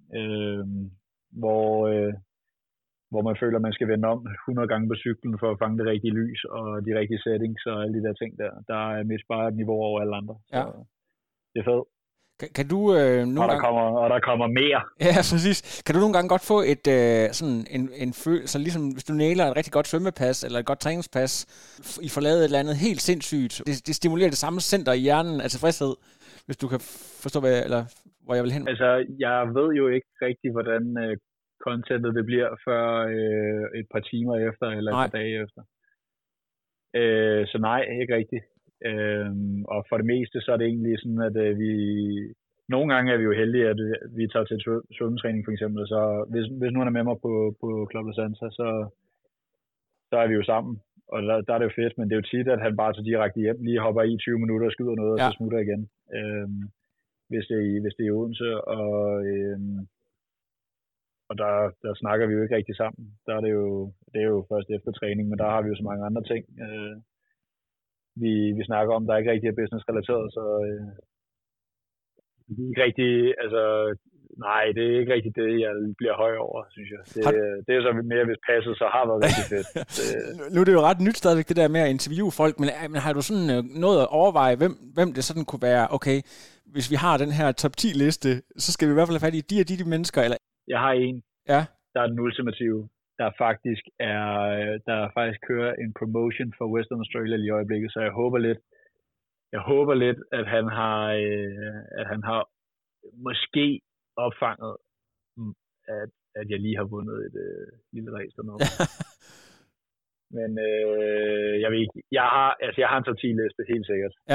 hvor man føler, at man skal vende om 100 gange på cyklen for at fange det rigtige lys og de rigtige settings og alle de der ting der. Der er Mitch bare et niveau over alle andre. Så det er fedt. Kan du der kommer mere. Ja, præcis. Kan du nogle gange godt få et sådan en følelse, ligesom hvis du nailer et rigtig godt svømmepas eller et godt træningspas, I får lavet et eller andet helt sindssygt. Det stimulerer det samme center i hjernen af tilfredshed, hvis du kan forstå, hvor jeg vil hen. Altså, jeg ved jo ikke rigtig, hvordan contentet det bliver før et par timer efter eller et par dage efter. Så nej, ikke rigtigt. Og for det meste så er det egentlig sådan, at nogle gange er vi jo heldige, at vi tager til svømmetræning for eksempel, så hvis nogen er med mig på Club La Santa, så er vi jo sammen, og der er det jo fedt, men det er jo tit, at han bare tager direkte hjem, lige hopper i 20 minutter og skyder noget, og så smutter igen, hvis det er i Odense, og der snakker vi jo ikke rigtig sammen. Der er det er jo først efter træning, men der har vi jo så mange andre ting, vi snakker om, der ikke rigtig er business-relateret, så det er ikke rigtig, altså, nej, det er ikke rigtig det, jeg bliver høj over, synes jeg. Det er så mere, hvis passet så har været rigtig fedt. Nu er det jo ret nyt stadigvæk, det der med at interviewe folk, men har du sådan noget at overveje, hvem det sådan kunne være, okay, hvis vi har den her top 10-liste, så skal vi i hvert fald have fat i de mennesker, eller? Jeg har en, der er den ultimative, der faktisk kører en promotion for Western Australia i øjeblikket, så jeg håber lidt, at han har måske opfanget, at jeg lige har vundet et lille race dernede. Men jeg ved ikke, jeg har en top 10-liste, helt sikkert. Ja.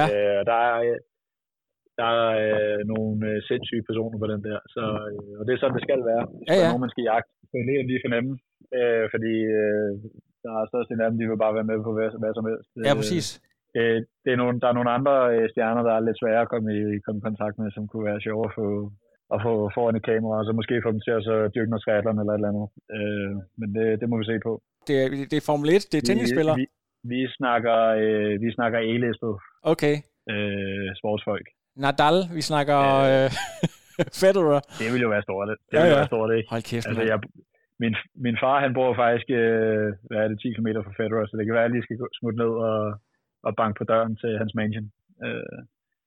Der er nogle sindssyge personer på den der, så, og det er sådan, det skal være. Så er nogen, man skal jagte. Så det er lige fornemme, fordi der er størstedelen af dem, de vil bare være med på hvad som helst. Ja, præcis. Der er nogle andre stjerner, der er lidt svære at komme i kontakt med, som kunne være sjove at få foran et kamera, og så måske få dem til at dyrke noget triathlon eller et eller andet. Men det må vi se på. Det er Formel 1, det er tennisspillere? Vi snakker A-listet. Okay. Sportsfolk. Nadal, vi snakker Federer. Det vil jo være stort. Det vil jo være stort, ikke? Hold kæft, altså, min far, han bor faktisk 10 km fra Federer, så det kan være, at jeg lige skal smutte ned og banke på døren til hans mansion.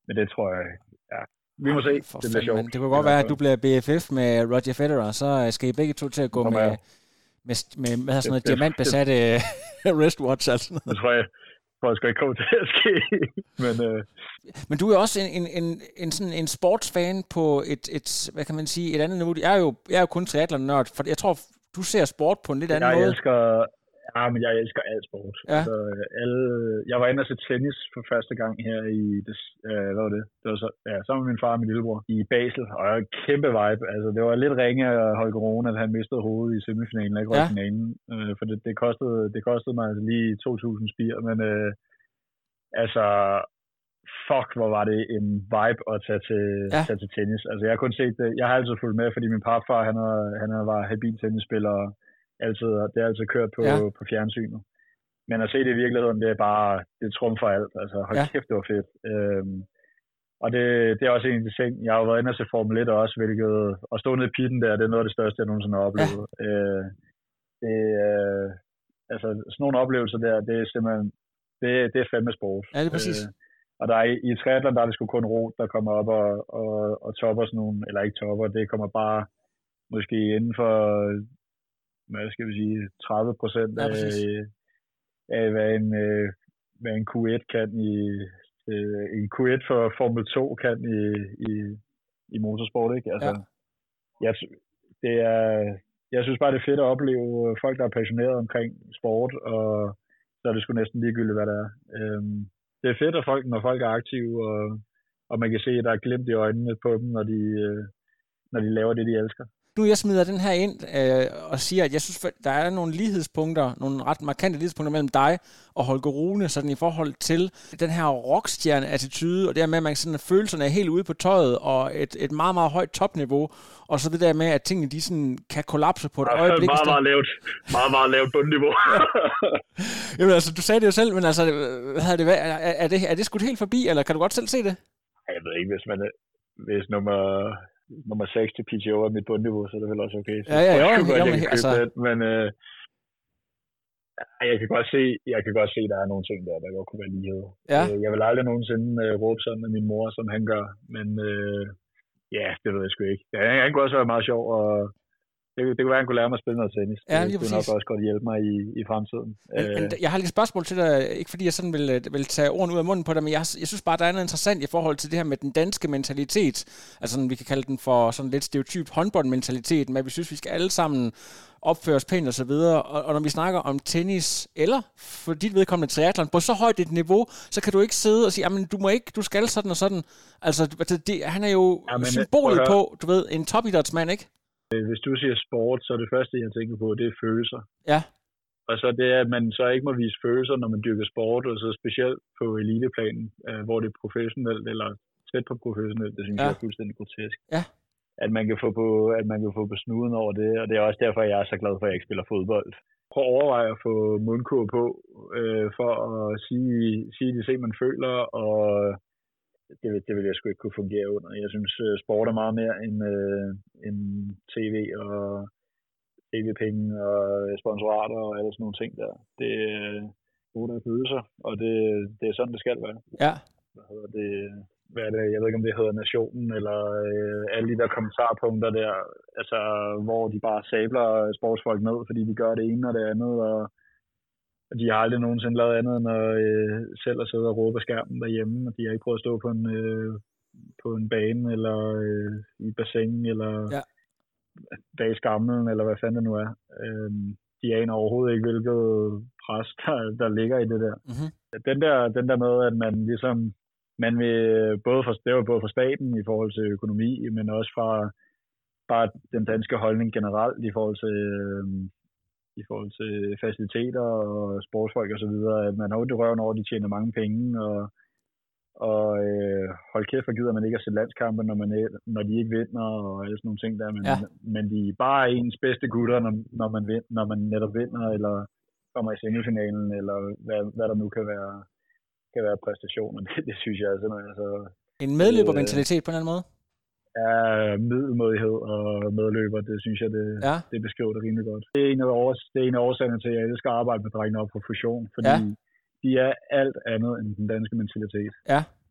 men det tror jeg, ja. Vi må se. Det bliver sjovt. Det kunne godt være, at du bliver BFF med Roger Federer, så skal I begge to til at gå med hvad hedder sådan noget, diamantbesatte wristwatch, altså. Det tror jeg sgu ikke kommer til at ske. Men du er også en sportsfan på et, hvad kan man sige, et andet niveau. Jeg er jo kun triathlon-nørd, for jeg tror, du ser sport på en lidt anden måde. Jeg elsker al sport. Ja. Altså, jeg var inde og se tennis for første gang her i, hvad var det? Det var så, sammen med min far og min lillebror i Basel, og jeg var kæmpe vibe. Altså, det var lidt ringe at holde corona, at han mistede hovedet i semifinalen, ikke i finalen. For det kostede mig altså lige 2.000 spir, men altså, fuck, hvor var det en vibe at tage til tennis. Altså, jeg har kun set det. Jeg har altid fulgt med, fordi min papfar, han var habil tennisspiller, det er altid kørt på fjernsynet. Men at se det i virkeligheden, det trumfer alt. Altså, hold kæft, det var fedt. Og det er også en af de ting, jeg har været inde og se Formel 1 også, hvilket at stå nede i pitten der, det er noget af det største, jeg nogensinde har oplevet. Altså, sådan nogle oplevelser der, det er simpelthen, det er fandme sport. Ja, det er præcis. Og der er i triathlon, der er det sgu kun rot, der kommer op og topper sådan nogle, eller ikke topper, det kommer bare måske inden for, hvad skal vi sige, 30% af hvad en Q1 kan en Q1 for Formel 2 kan i motorsport, ikke? Altså, jeg synes bare, det er fedt at opleve folk, der er passionerede omkring sport, og så er det sgu næsten ligegyldigt, hvad det er. Det er fedt, når folk er aktive, og man kan se, at der er glimt i øjnene på dem, når de laver det, de elsker. Nu jeg smider den her ind og siger, at jeg synes, der er nogle lighedspunkter, nogle ret markante lighedspunkter mellem dig og Holger Rune, sådan i forhold til den her rockstjerne-attitude, og det her med, at man sådan, følelserne er helt ude på tøjet, og et meget, meget højt topniveau, og så det der med, at tingene de sådan kan kollapse på et øjeblik. Meget lavt bundniveau. Jamen altså, du sagde det jo selv, men altså, er det skudt helt forbi, eller kan du godt selv se det? Jeg ved ikke, hvis nummer 6 til PTO er mit bundniveau, så er det vel også okay. Men jeg kan godt se, der er nogle ting der godt kunne være lighed. Ja. Jeg vil aldrig nogensinde råbe sådan med min mor, som han gør, men det ved jeg sgu ikke. Han kunne også være meget sjov, og det kunne være, at han kunne lære mig at spille noget tennis. Ja, det kunne nok også godt hjælpe mig i fremtiden. Men jeg har lidt spørgsmål til dig, ikke fordi jeg sådan vil tage ordene ud af munden på dig, men jeg synes bare, der er noget interessant i forhold til det her med den danske mentalitet. Altså sådan, vi kan kalde den for sådan lidt stereotyp håndboldmentalitet, men vi synes, vi skal alle sammen opføre os pænt og så videre. Og når vi snakker om tennis, eller for dit vedkommende triathlon, på så højt et niveau, så kan du ikke sidde og sige, jamen du skal sådan og sådan. Altså, han er jo symbolet på, du ved, en topidrætsmand, ikke? Hvis du siger sport, så er det første, jeg tænker på, det er følelser. Ja. Og så det, at man så ikke må vise følelser, når man dyrker sport, og så specielt på eliteplanen, hvor det er professionelt, eller tæt på professionelt, det synes jeg er fuldstændig grotesk. Ja. At man kan få på snuden over det, og det er også derfor, jeg er så glad for, at jeg ikke spiller fodbold. Prøv at overveje at få mundkur på, for at sige de ting, man føler, og det vil jeg sgu ikke kunne fungere under. Jeg synes, sport er meget mere end tv og tv-penge og sponsorater og alle sådan nogle ting der. Det er gode der følelser, og det er sådan, det skal være. Ja. Hvad er det? Jeg ved ikke, om det hedder Nationen, eller alle de der kommentarpunkter der, altså, hvor de bare sabler sportsfolk ned, fordi de gør det ene og det andet, og de har aldrig nogensinde lavet andet end at selv at sidde og råbe af skærmen derhjemme, og de har ikke prøvet at stå på en bane, eller i et bassin, eller bag skamlen, eller hvad fanden det nu er. De aner overhovedet ikke, hvilket pres, der ligger i det der. Mm-hmm. Den der med, at man ligesom, man vil det var både fra staten i forhold til økonomi, men også fra bare den danske holdning generelt i forhold til faciliteter og sportsfolk og så videre, at man har jo det røven over, de tjener mange penge, og hold kæft, for gider man ikke at se landskampe, når de ikke vinder, og alle sådan nogle ting der, men de er bare ens bedste gutter, når man netop vinder, eller kommer i semifinalen, eller hvad der nu kan være præstationer. Det synes jeg altså. En medløbermentalitet på en eller anden måde? Ja, middelmådighed og medløber, det synes jeg, det beskriver det rimelig godt. Det er en af årsagerne til, at jeg elsker at arbejde med drengene op på fusion, fordi de er alt andet end den danske mentalitet. Ja.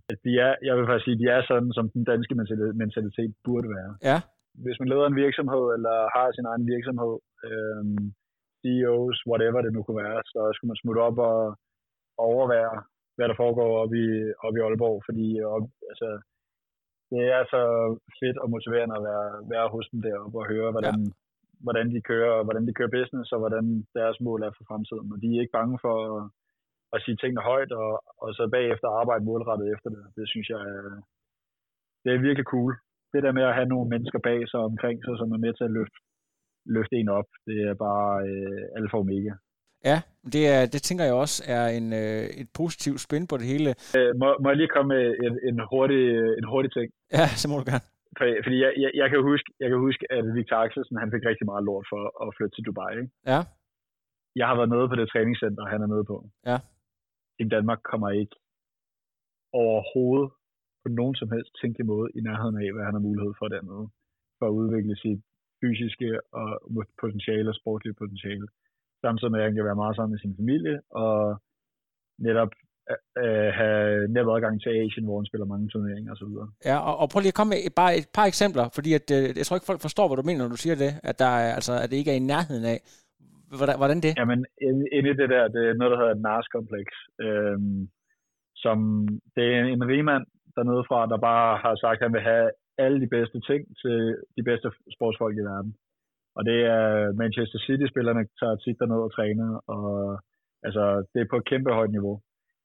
at jeg vil faktisk sige, de er sådan, som den danske mentalitet burde være. Ja. Hvis man leder en virksomhed, eller har sin egen virksomhed, CEOs, whatever det nu kunne være, så skulle man smutte op og overvære, hvad der foregår op i Aalborg, fordi altså, det er så fedt og motiverende at være hos dem deroppe og høre, hvordan de kører business, og hvordan deres mål er for fremtiden. Og de er ikke bange for at sige tingene højt, og så bagefter arbejde målrettet efter det. Det synes jeg det er virkelig cool. Det der med at have nogle mennesker bag sig omkring sig, som er med til at løfte en op, det er bare alfa og omega. Ja, det tænker jeg også er et positivt spin på det hele. Må jeg lige komme med en hurtig ting? Ja, så må du gerne. Fordi jeg kan huske, at Victor Axelsen, han fik rigtig meget lort for at flytte til Dubai. Ikke? Ja. Jeg har været nede på det træningscenter, han er nede på. Ja. Team Danmark kommer ikke overhovedet på nogen som helst tænkelig måde i nærheden af, hvad han har mulighed for dernede. For at udvikle sit fysiske og potentiale og sportlige potentiale. Samtidig med, at han kan være meget sammen med sin familie, og netop have nem adgang til Asien, hvor han spiller mange turneringer osv. Ja, og prøv lige at komme med bare et par eksempler, fordi at, jeg tror ikke, folk forstår, hvad du mener, når du siger det, at der er, altså, at det ikke er i nærheden af. Hvordan det? Jamen, inde i det der, det er noget, der hedder et NARS-kompleks, som det er en rigmand dernede fra, der bare har sagt, at han vil have alle de bedste ting til de bedste sportsfolk i verden. Og det er Manchester City-spillerne, der tager tit derned og træner, og altså, det er på et kæmpe højt niveau.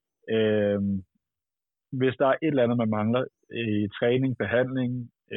Hvis der er et eller andet, man mangler i træning, behandling,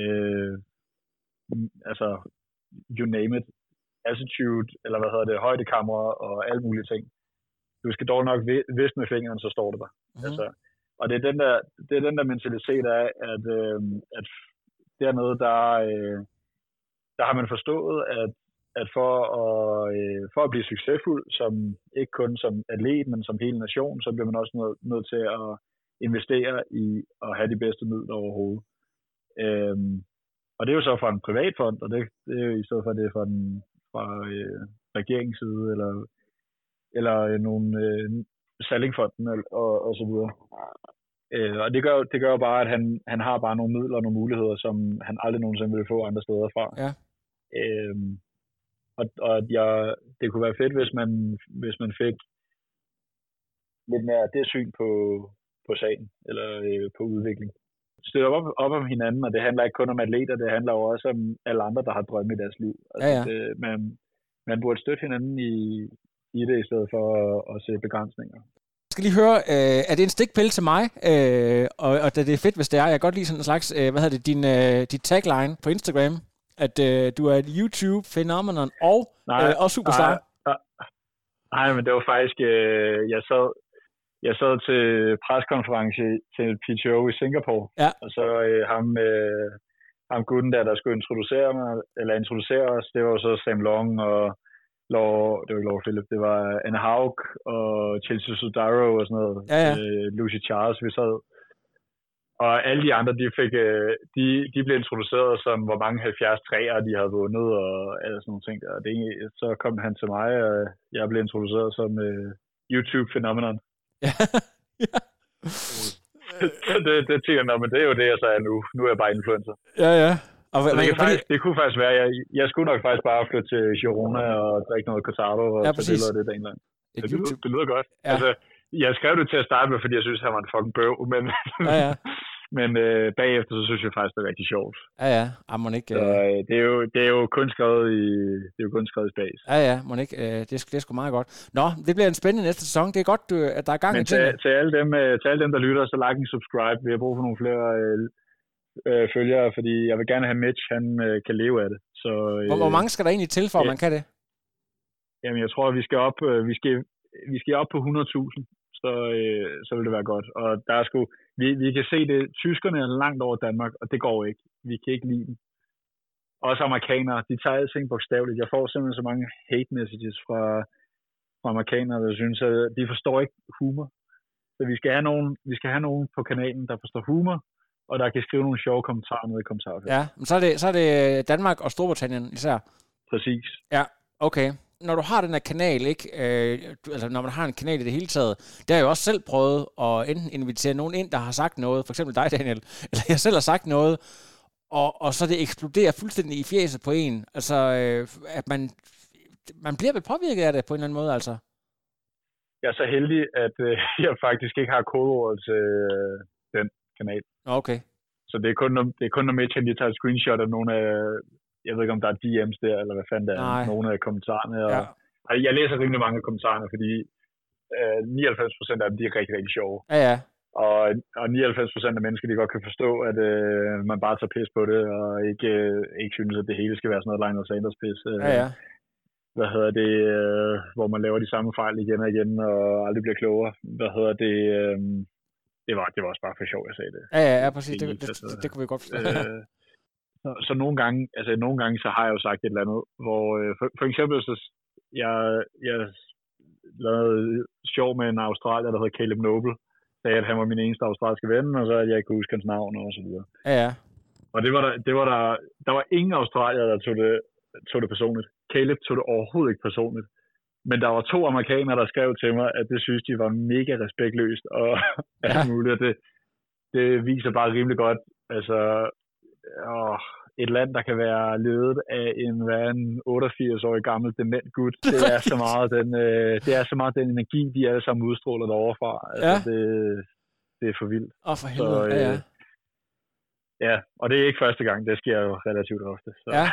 altså, you name it, altitude, eller hvad hedder det, højdekamera og alle mulige ting. Du skal dog nok viste med fingeren, så står det der. Altså, og det er den der mentalitet af, at dernede, der har man forstået, at for at blive succesfuld, som ikke kun som atlet, men som hele nation, så bliver man også nødt til at investere i at have de bedste midler overhovedet. Og det er jo så fra en privat fond, og det er jo i stedet for det fra regeringens side, eller nogle Salling-fonden og så videre. Og det gør jo bare, at han har bare nogle midler og nogle muligheder, som han aldrig nogensinde ville få andre steder fra. Ja. Det kunne være fedt, hvis man fik lidt mere det syn på sagen, eller på udvikling. Støtter op om hinanden, og det handler ikke kun om atleter, det handler jo også om alle andre, der har drømme i deres liv. Altså, ja. Man burde støtte hinanden i det, i stedet for at se begrænsninger. Jeg skal lige høre, er det en stikpille til mig? Og det er fedt, hvis det er. Jeg kan godt lide sådan en slags, dit tagline på Instagram, at du er et YouTube-phenomenon og superstar. Nej, men det var faktisk, jeg sad til preskonference til PTO i Singapore, ja. Og så ham gutten der skulle introducere os, det var så Sam Long og det var ikke Laura Philipp, det var Anne Haug og Chelsea Sodaro og sådan noget, ja. Lucy Charles, vi sad. Og alle de andre, de blev introduceret som, hvor mange 70 træer de havde vundet, og alle sådan nogle ting der. Så kom han til mig, og jeg blev introduceret som YouTube-phenomenon. Ja. det tænker jeg, men det er jo det, jeg så er nu. Nu er jeg bare influencer. Ja. Og det kunne faktisk være, jeg skulle nok faktisk bare flytte til Girona og drikke noget Cortado og tage billeder af det dagen lang. Det lyder godt. Ja. Altså, jeg skrev det til at starte med, fordi jeg synes, han var en fucking bøv, men, ja. men bagefter, så synes jeg faktisk, det er rigtig sjovt. Ja. Man ikke, så, det er jo kun skrevet i space. Ja, man ikke. Det er sgu meget godt. Nå, det bliver en spændende næste sæson. Det er godt, at der er gang i tingene. Men til alle dem, der lytter, så like og subscribe. Vi har brug for nogle flere følgere, fordi jeg vil gerne have Mitch, han kan leve af det. Så, hvor mange skal der egentlig til, for at man kan det? Jamen, jeg tror, at vi skal op på 100.000, så vil det være godt. Og der er sgu, vi kan se det, tyskerne er langt over Danmark, og det går ikke. Vi kan ikke lide dem. Også amerikanere, de tager alting bogstaveligt. Jeg får simpelthen så mange hate messages fra amerikanere, der synes, at de forstår ikke humor. Så vi skal have nogen på kanalen, der forstår humor, og der kan skrive nogle sjove kommentarer nede i kommentarfeltet. Ja, men så er det Danmark og Storbritannien især. Præcis. Ja, okay. når du har den her kanal, ikke? Altså når man har en kanal i det hele taget, det har jeg jo også selv prøvet at enten invitere nogen ind, der har sagt noget, for eksempel dig, Daniel, eller jeg selv har sagt noget, og så det eksploderer fuldstændig i fjeset på en. Altså, at man bliver vel påvirket af det på en eller anden måde, altså. Jeg er så heldig, at jeg faktisk ikke har kodeordet til den kanal. Okay. Så det er kun når Mitch lige tager et screenshot af nogle af, jeg ved ikke om der er DM's der, eller hvad fanden det er, nogle af kommentarerne. Og, jeg læser rimelig mange af kommentarerne, fordi 99% af dem, de er rigtig, rigtig sjove. Ja. Og 99% af mennesker, de godt kan forstå, at man bare tager pis på det, og ikke synes, at det hele skal være sådan noget Lionel Sanders pis. Ja. Hvor man laver de samme fejl igen og igen, og aldrig bliver klogere. Det var også bare for sjov, jeg sagde det. Ja, præcis. Det kunne vi godt forstå. Så nogle gange, så har jeg jo sagt et eller andet, hvor for eksempel, så jeg lavede sjov med en australier, der hedder Caleb Noble, sagde, at han var min eneste australske ven, og så at jeg ikke kunne huske hans navn, og så videre. Ja. Og der var ingen australier, der tog det personligt. Caleb tog det overhovedet ikke personligt. Men der var 2 amerikanere, der skrev til mig, at det synes de var mega respektløst, og alt muligt. Og det viser bare rimelig godt, altså, et land, der kan være ledet af en 88-årig gammel dement gut, det er så meget den energi, de alle sammen udstråler deroverfra. Altså, det er for vildt. For helvede, ja, og det er ikke første gang, det sker jo relativt ofte. Så. Ja.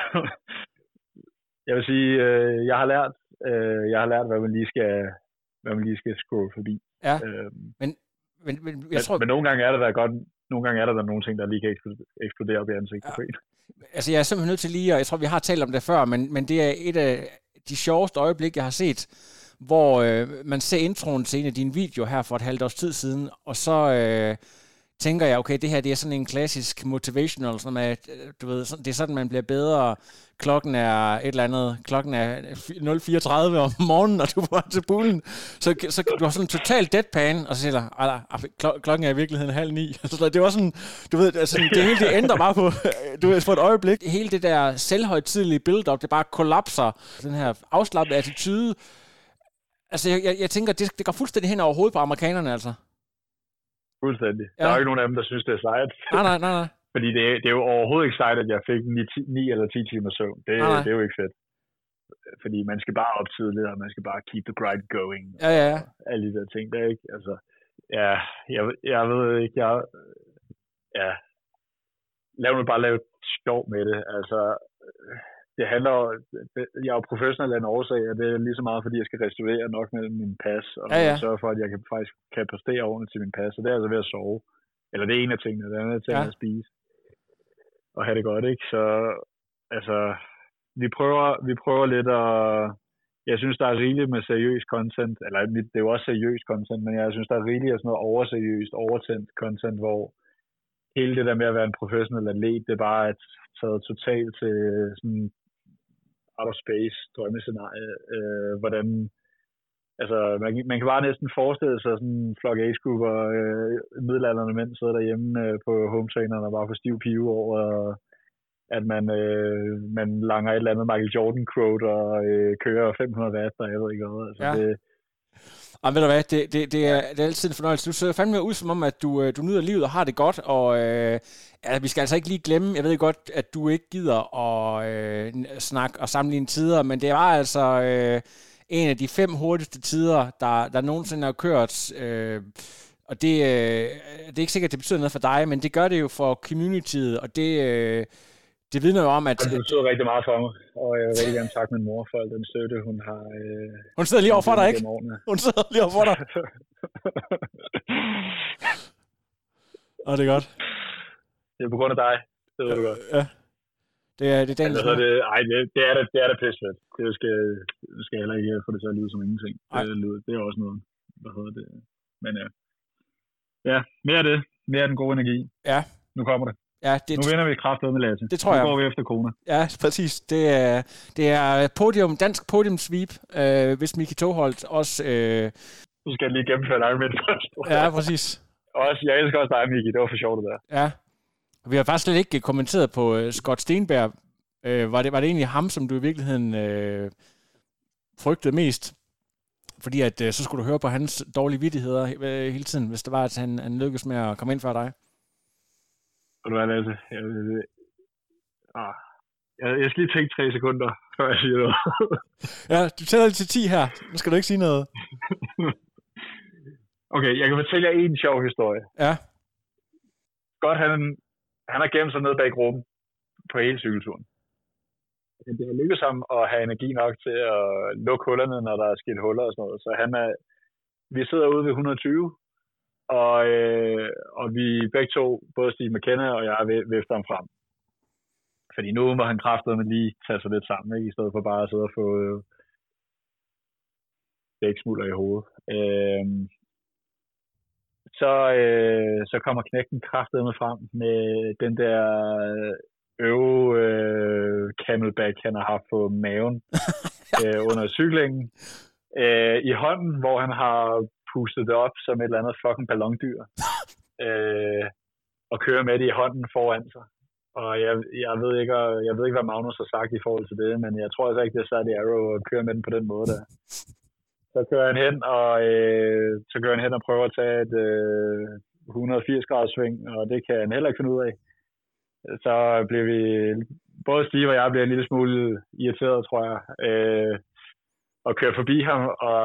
Jeg vil sige, jeg har lært, hvad man lige skal scrolle forbi. Ja. Men jeg tror... Men nogle gange er der godt. Nogle gange er der nogle ting, der lige kan eksplodere op i ansigtet på en. Altså, jeg er simpelthen nødt til lige, og jeg tror, vi har talt om det før, men det er et af de sjoveste øjeblikke, jeg har set, hvor man ser introen til en af dine videoer her for et halvt års tid siden, og så tænker jeg, okay, det her det er sådan en klassisk motivational, som er, du ved, det er sådan, man bliver bedre. Klokken er et eller andet, klokken er 0:34 om morgenen, og du er til poolen. Så du har sådan en total deadpan, og så siger der, klokken er i virkeligheden 8:30. Så det var sådan, du ved, altså, det hele det ændrer bare på, du ved, for et øjeblik. Hele det der selvhøjtidelige build-up, det bare kollapser. Den her afslappede attitude. Altså, jeg tænker, det går fuldstændig hen over hovedet på amerikanerne, altså. Fuldstændig. Ja. Der er jo ikke nogen af dem, der synes, det er sejt. Nej. Fordi det er jo overhovedet ikke sejt, at jeg fik 9 eller 10 timer søvn. Det er jo ikke fedt. Fordi man skal bare op tidligt, og man skal bare keep the grind going. Ja. Og alle de der ting, der ikke? Altså, ja, jeg ved ikke, lad mig bare lave sjov med det. Altså, det handler jeg er jo professionel af en årsag, og det er lige så meget, fordi jeg skal restaurere nok med min pas, og sørge for, at jeg faktisk kan præstere ordentligt til min pas, og det er altså ved at sove. Eller det er en af tingene, det andet ting at spise. Og have det godt, ikke? Så, altså, vi prøver lidt at... Jeg synes, der er rigeligt med seriøs content, eller det er jo også seriøs content, men jeg synes, der er rigeligt af sådan noget overseriøst, overtændt content, hvor hele det der med at være en professionel atlet, det er bare taget totalt til sådan out of space drømmescenarie, hvordan, altså man kan bare næsten forestille sig sådan en flok age-grupper, middelaldrende mænd sidder derhjemme på hometraineren og bare får stiv pive over, at man langer et eller andet Michael Jordan quote og kører 500 watt, og jeg ved ikke hvad, altså det. Og ved du hvad, det er altid en fornøjelse. Du ser fandme ud som om, at du nyder livet og har det godt, og vi skal altså ikke lige glemme, jeg ved godt, at du ikke gider at snakke og sammenligne tider, men det var altså en af de 5 hurtigste tider, der nogensinde har kørt, og det er ikke sikkert, at det betyder noget for dig, men det gør det jo for communityet, og det vidner jo om, at... Det betyder rigtig meget for mig, og jeg vil rigtig gerne takke min mor for al den støtte, hun har... Hun sidder lige over for dig, ikke? Hun sidder lige over for dig. Og det er godt. Det er på grund af dig, det ved du godt. Ja. Det er Daniel. Det er da pissefedt. Det skal jeg heller ikke få det til at lyde som ingenting. Det er også noget, Men ja, mere af det. Mere af den gode energi. Ja. Nu kommer det. Ja, nu vinder vi kraftigt med Lasse. Det tror jeg. Nu går vi efter Kona. Ja, præcis. Det er dansk podiumsweep, hvis Miki Toholt også... Du skal lige gennemføre dig med det først. Ja, præcis. Jeg elsker også dig, Miki. Det var for sjovt, det der. Ja. Vi har faktisk slet ikke kommenteret på Scott Stenberg. Var det egentlig ham, som du i virkeligheden frygtede mest? Fordi at så skulle du høre på hans dårlige vittigheder hele tiden, hvis det var, at han lykkedes med at komme ind før dig. Og du er altså... Jeg skal lige tænke 3 sekunder, før jeg siger noget. Ja, du tæller til 10 her. Nu skal du ikke sige noget. Okay, jeg kan fortælle jer en sjov historie. Ja. Godt, han har gemt sig ned bag gruppen på hele cykelturen. Det har lykkedes ham at have energi nok til at lukke hullerne, når der er sket huller og sådan noget. Så vi sidder ude ved 120, og vi begge to, både Steve McKenna og jeg, vifter ham frem. Fordi nu må han kraftedeme lige tage sig lidt sammen, ikke? I stedet for bare at sidde og få dæksmuller i hovedet. Så kommer knægten kraftedeme frem med den der camelback, han har haft på maven under cyklingen i hånden, hvor han har pustet det op som et eller andet fucking ballondyr og kører med det i hånden foran sig. Og jeg ved ikke, hvad Magnus har sagt i forhold til det, men jeg tror altså ikke, det er særlig arrow at køre med den på den måde der. Så kører han hen og prøver at tage et 180 graders sving, og det kan han heller ikke finde ud af. Så bliver vi, både Steve og jeg bliver en lille smule irriteret, tror jeg, og kører forbi ham, og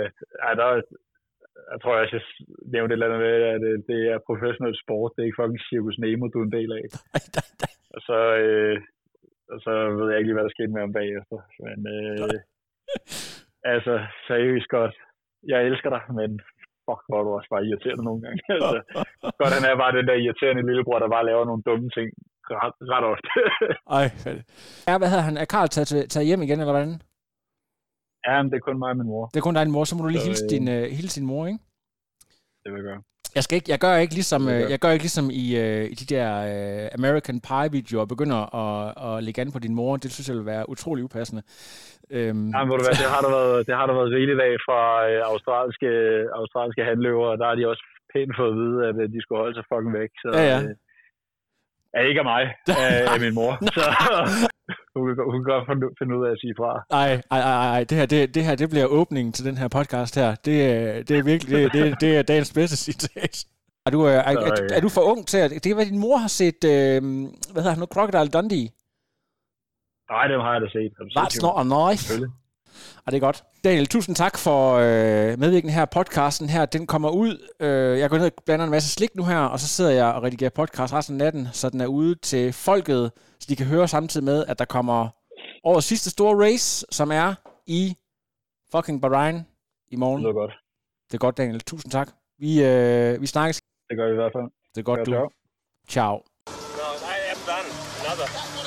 jeg tror, jeg skal nævne et eller andet med, at det er professionel sport, det er ikke fucking Cirkus Nemo, du er en del af. Og så ved jeg ikke lige, hvad der skete med ham bagefter. Men altså, seriøst godt. Jeg elsker dig, men fuck, hvor du også bare irriterende nogle gange. Altså, godt, han er bare den der irriterende lillebror, der bare laver nogle dumme ting ret ofte. Ej, fedt. Ja, hvad hedder han? Er Karl taget hjem igen, eller hvordan? Ja, men det er kun mig og min mor. Det er kun dig og din mor, så må du lige hilse din mor, ikke? Det vil jeg gøre. Jeg gør ikke ligesom i de der American Pie videoer begynder at lægge an på din mor. Det synes jeg vil være utrolig upassende. Jamen, det har der været rigeligt af fra australske handløver, og der har de også pænt fået at vide, at de skulle holde sig fucking væk. Så, ja. Ikke af mig, af min mor. Så hun kan godt finde ud af at sige fra. Ej. Det her bliver åbningen til den her podcast her. Det er virkelig det er dagens bedste citat. Er du for ung til at... Det kan være, din mor har set... hvad hedder han nu? Crocodile Dundee? Nej, dem har jeg da set. That's not a knife. Det er godt. Daniel, tusind tak for medvirkningen her. Podcasten her, den kommer ud. Jeg går ned og blander en masse slik nu her, og så sidder jeg og redigerer podcast resten af natten, så den er ude til folket, så de kan høre samtidig med, at der kommer årets sidste store race, som er i fucking Bahrain i morgen. Det er godt. Det er godt, Daniel. Tusind tak. Vi snakkes. Det gør vi i hvert fald. Det er godt, du. Ciao. No, I have done another.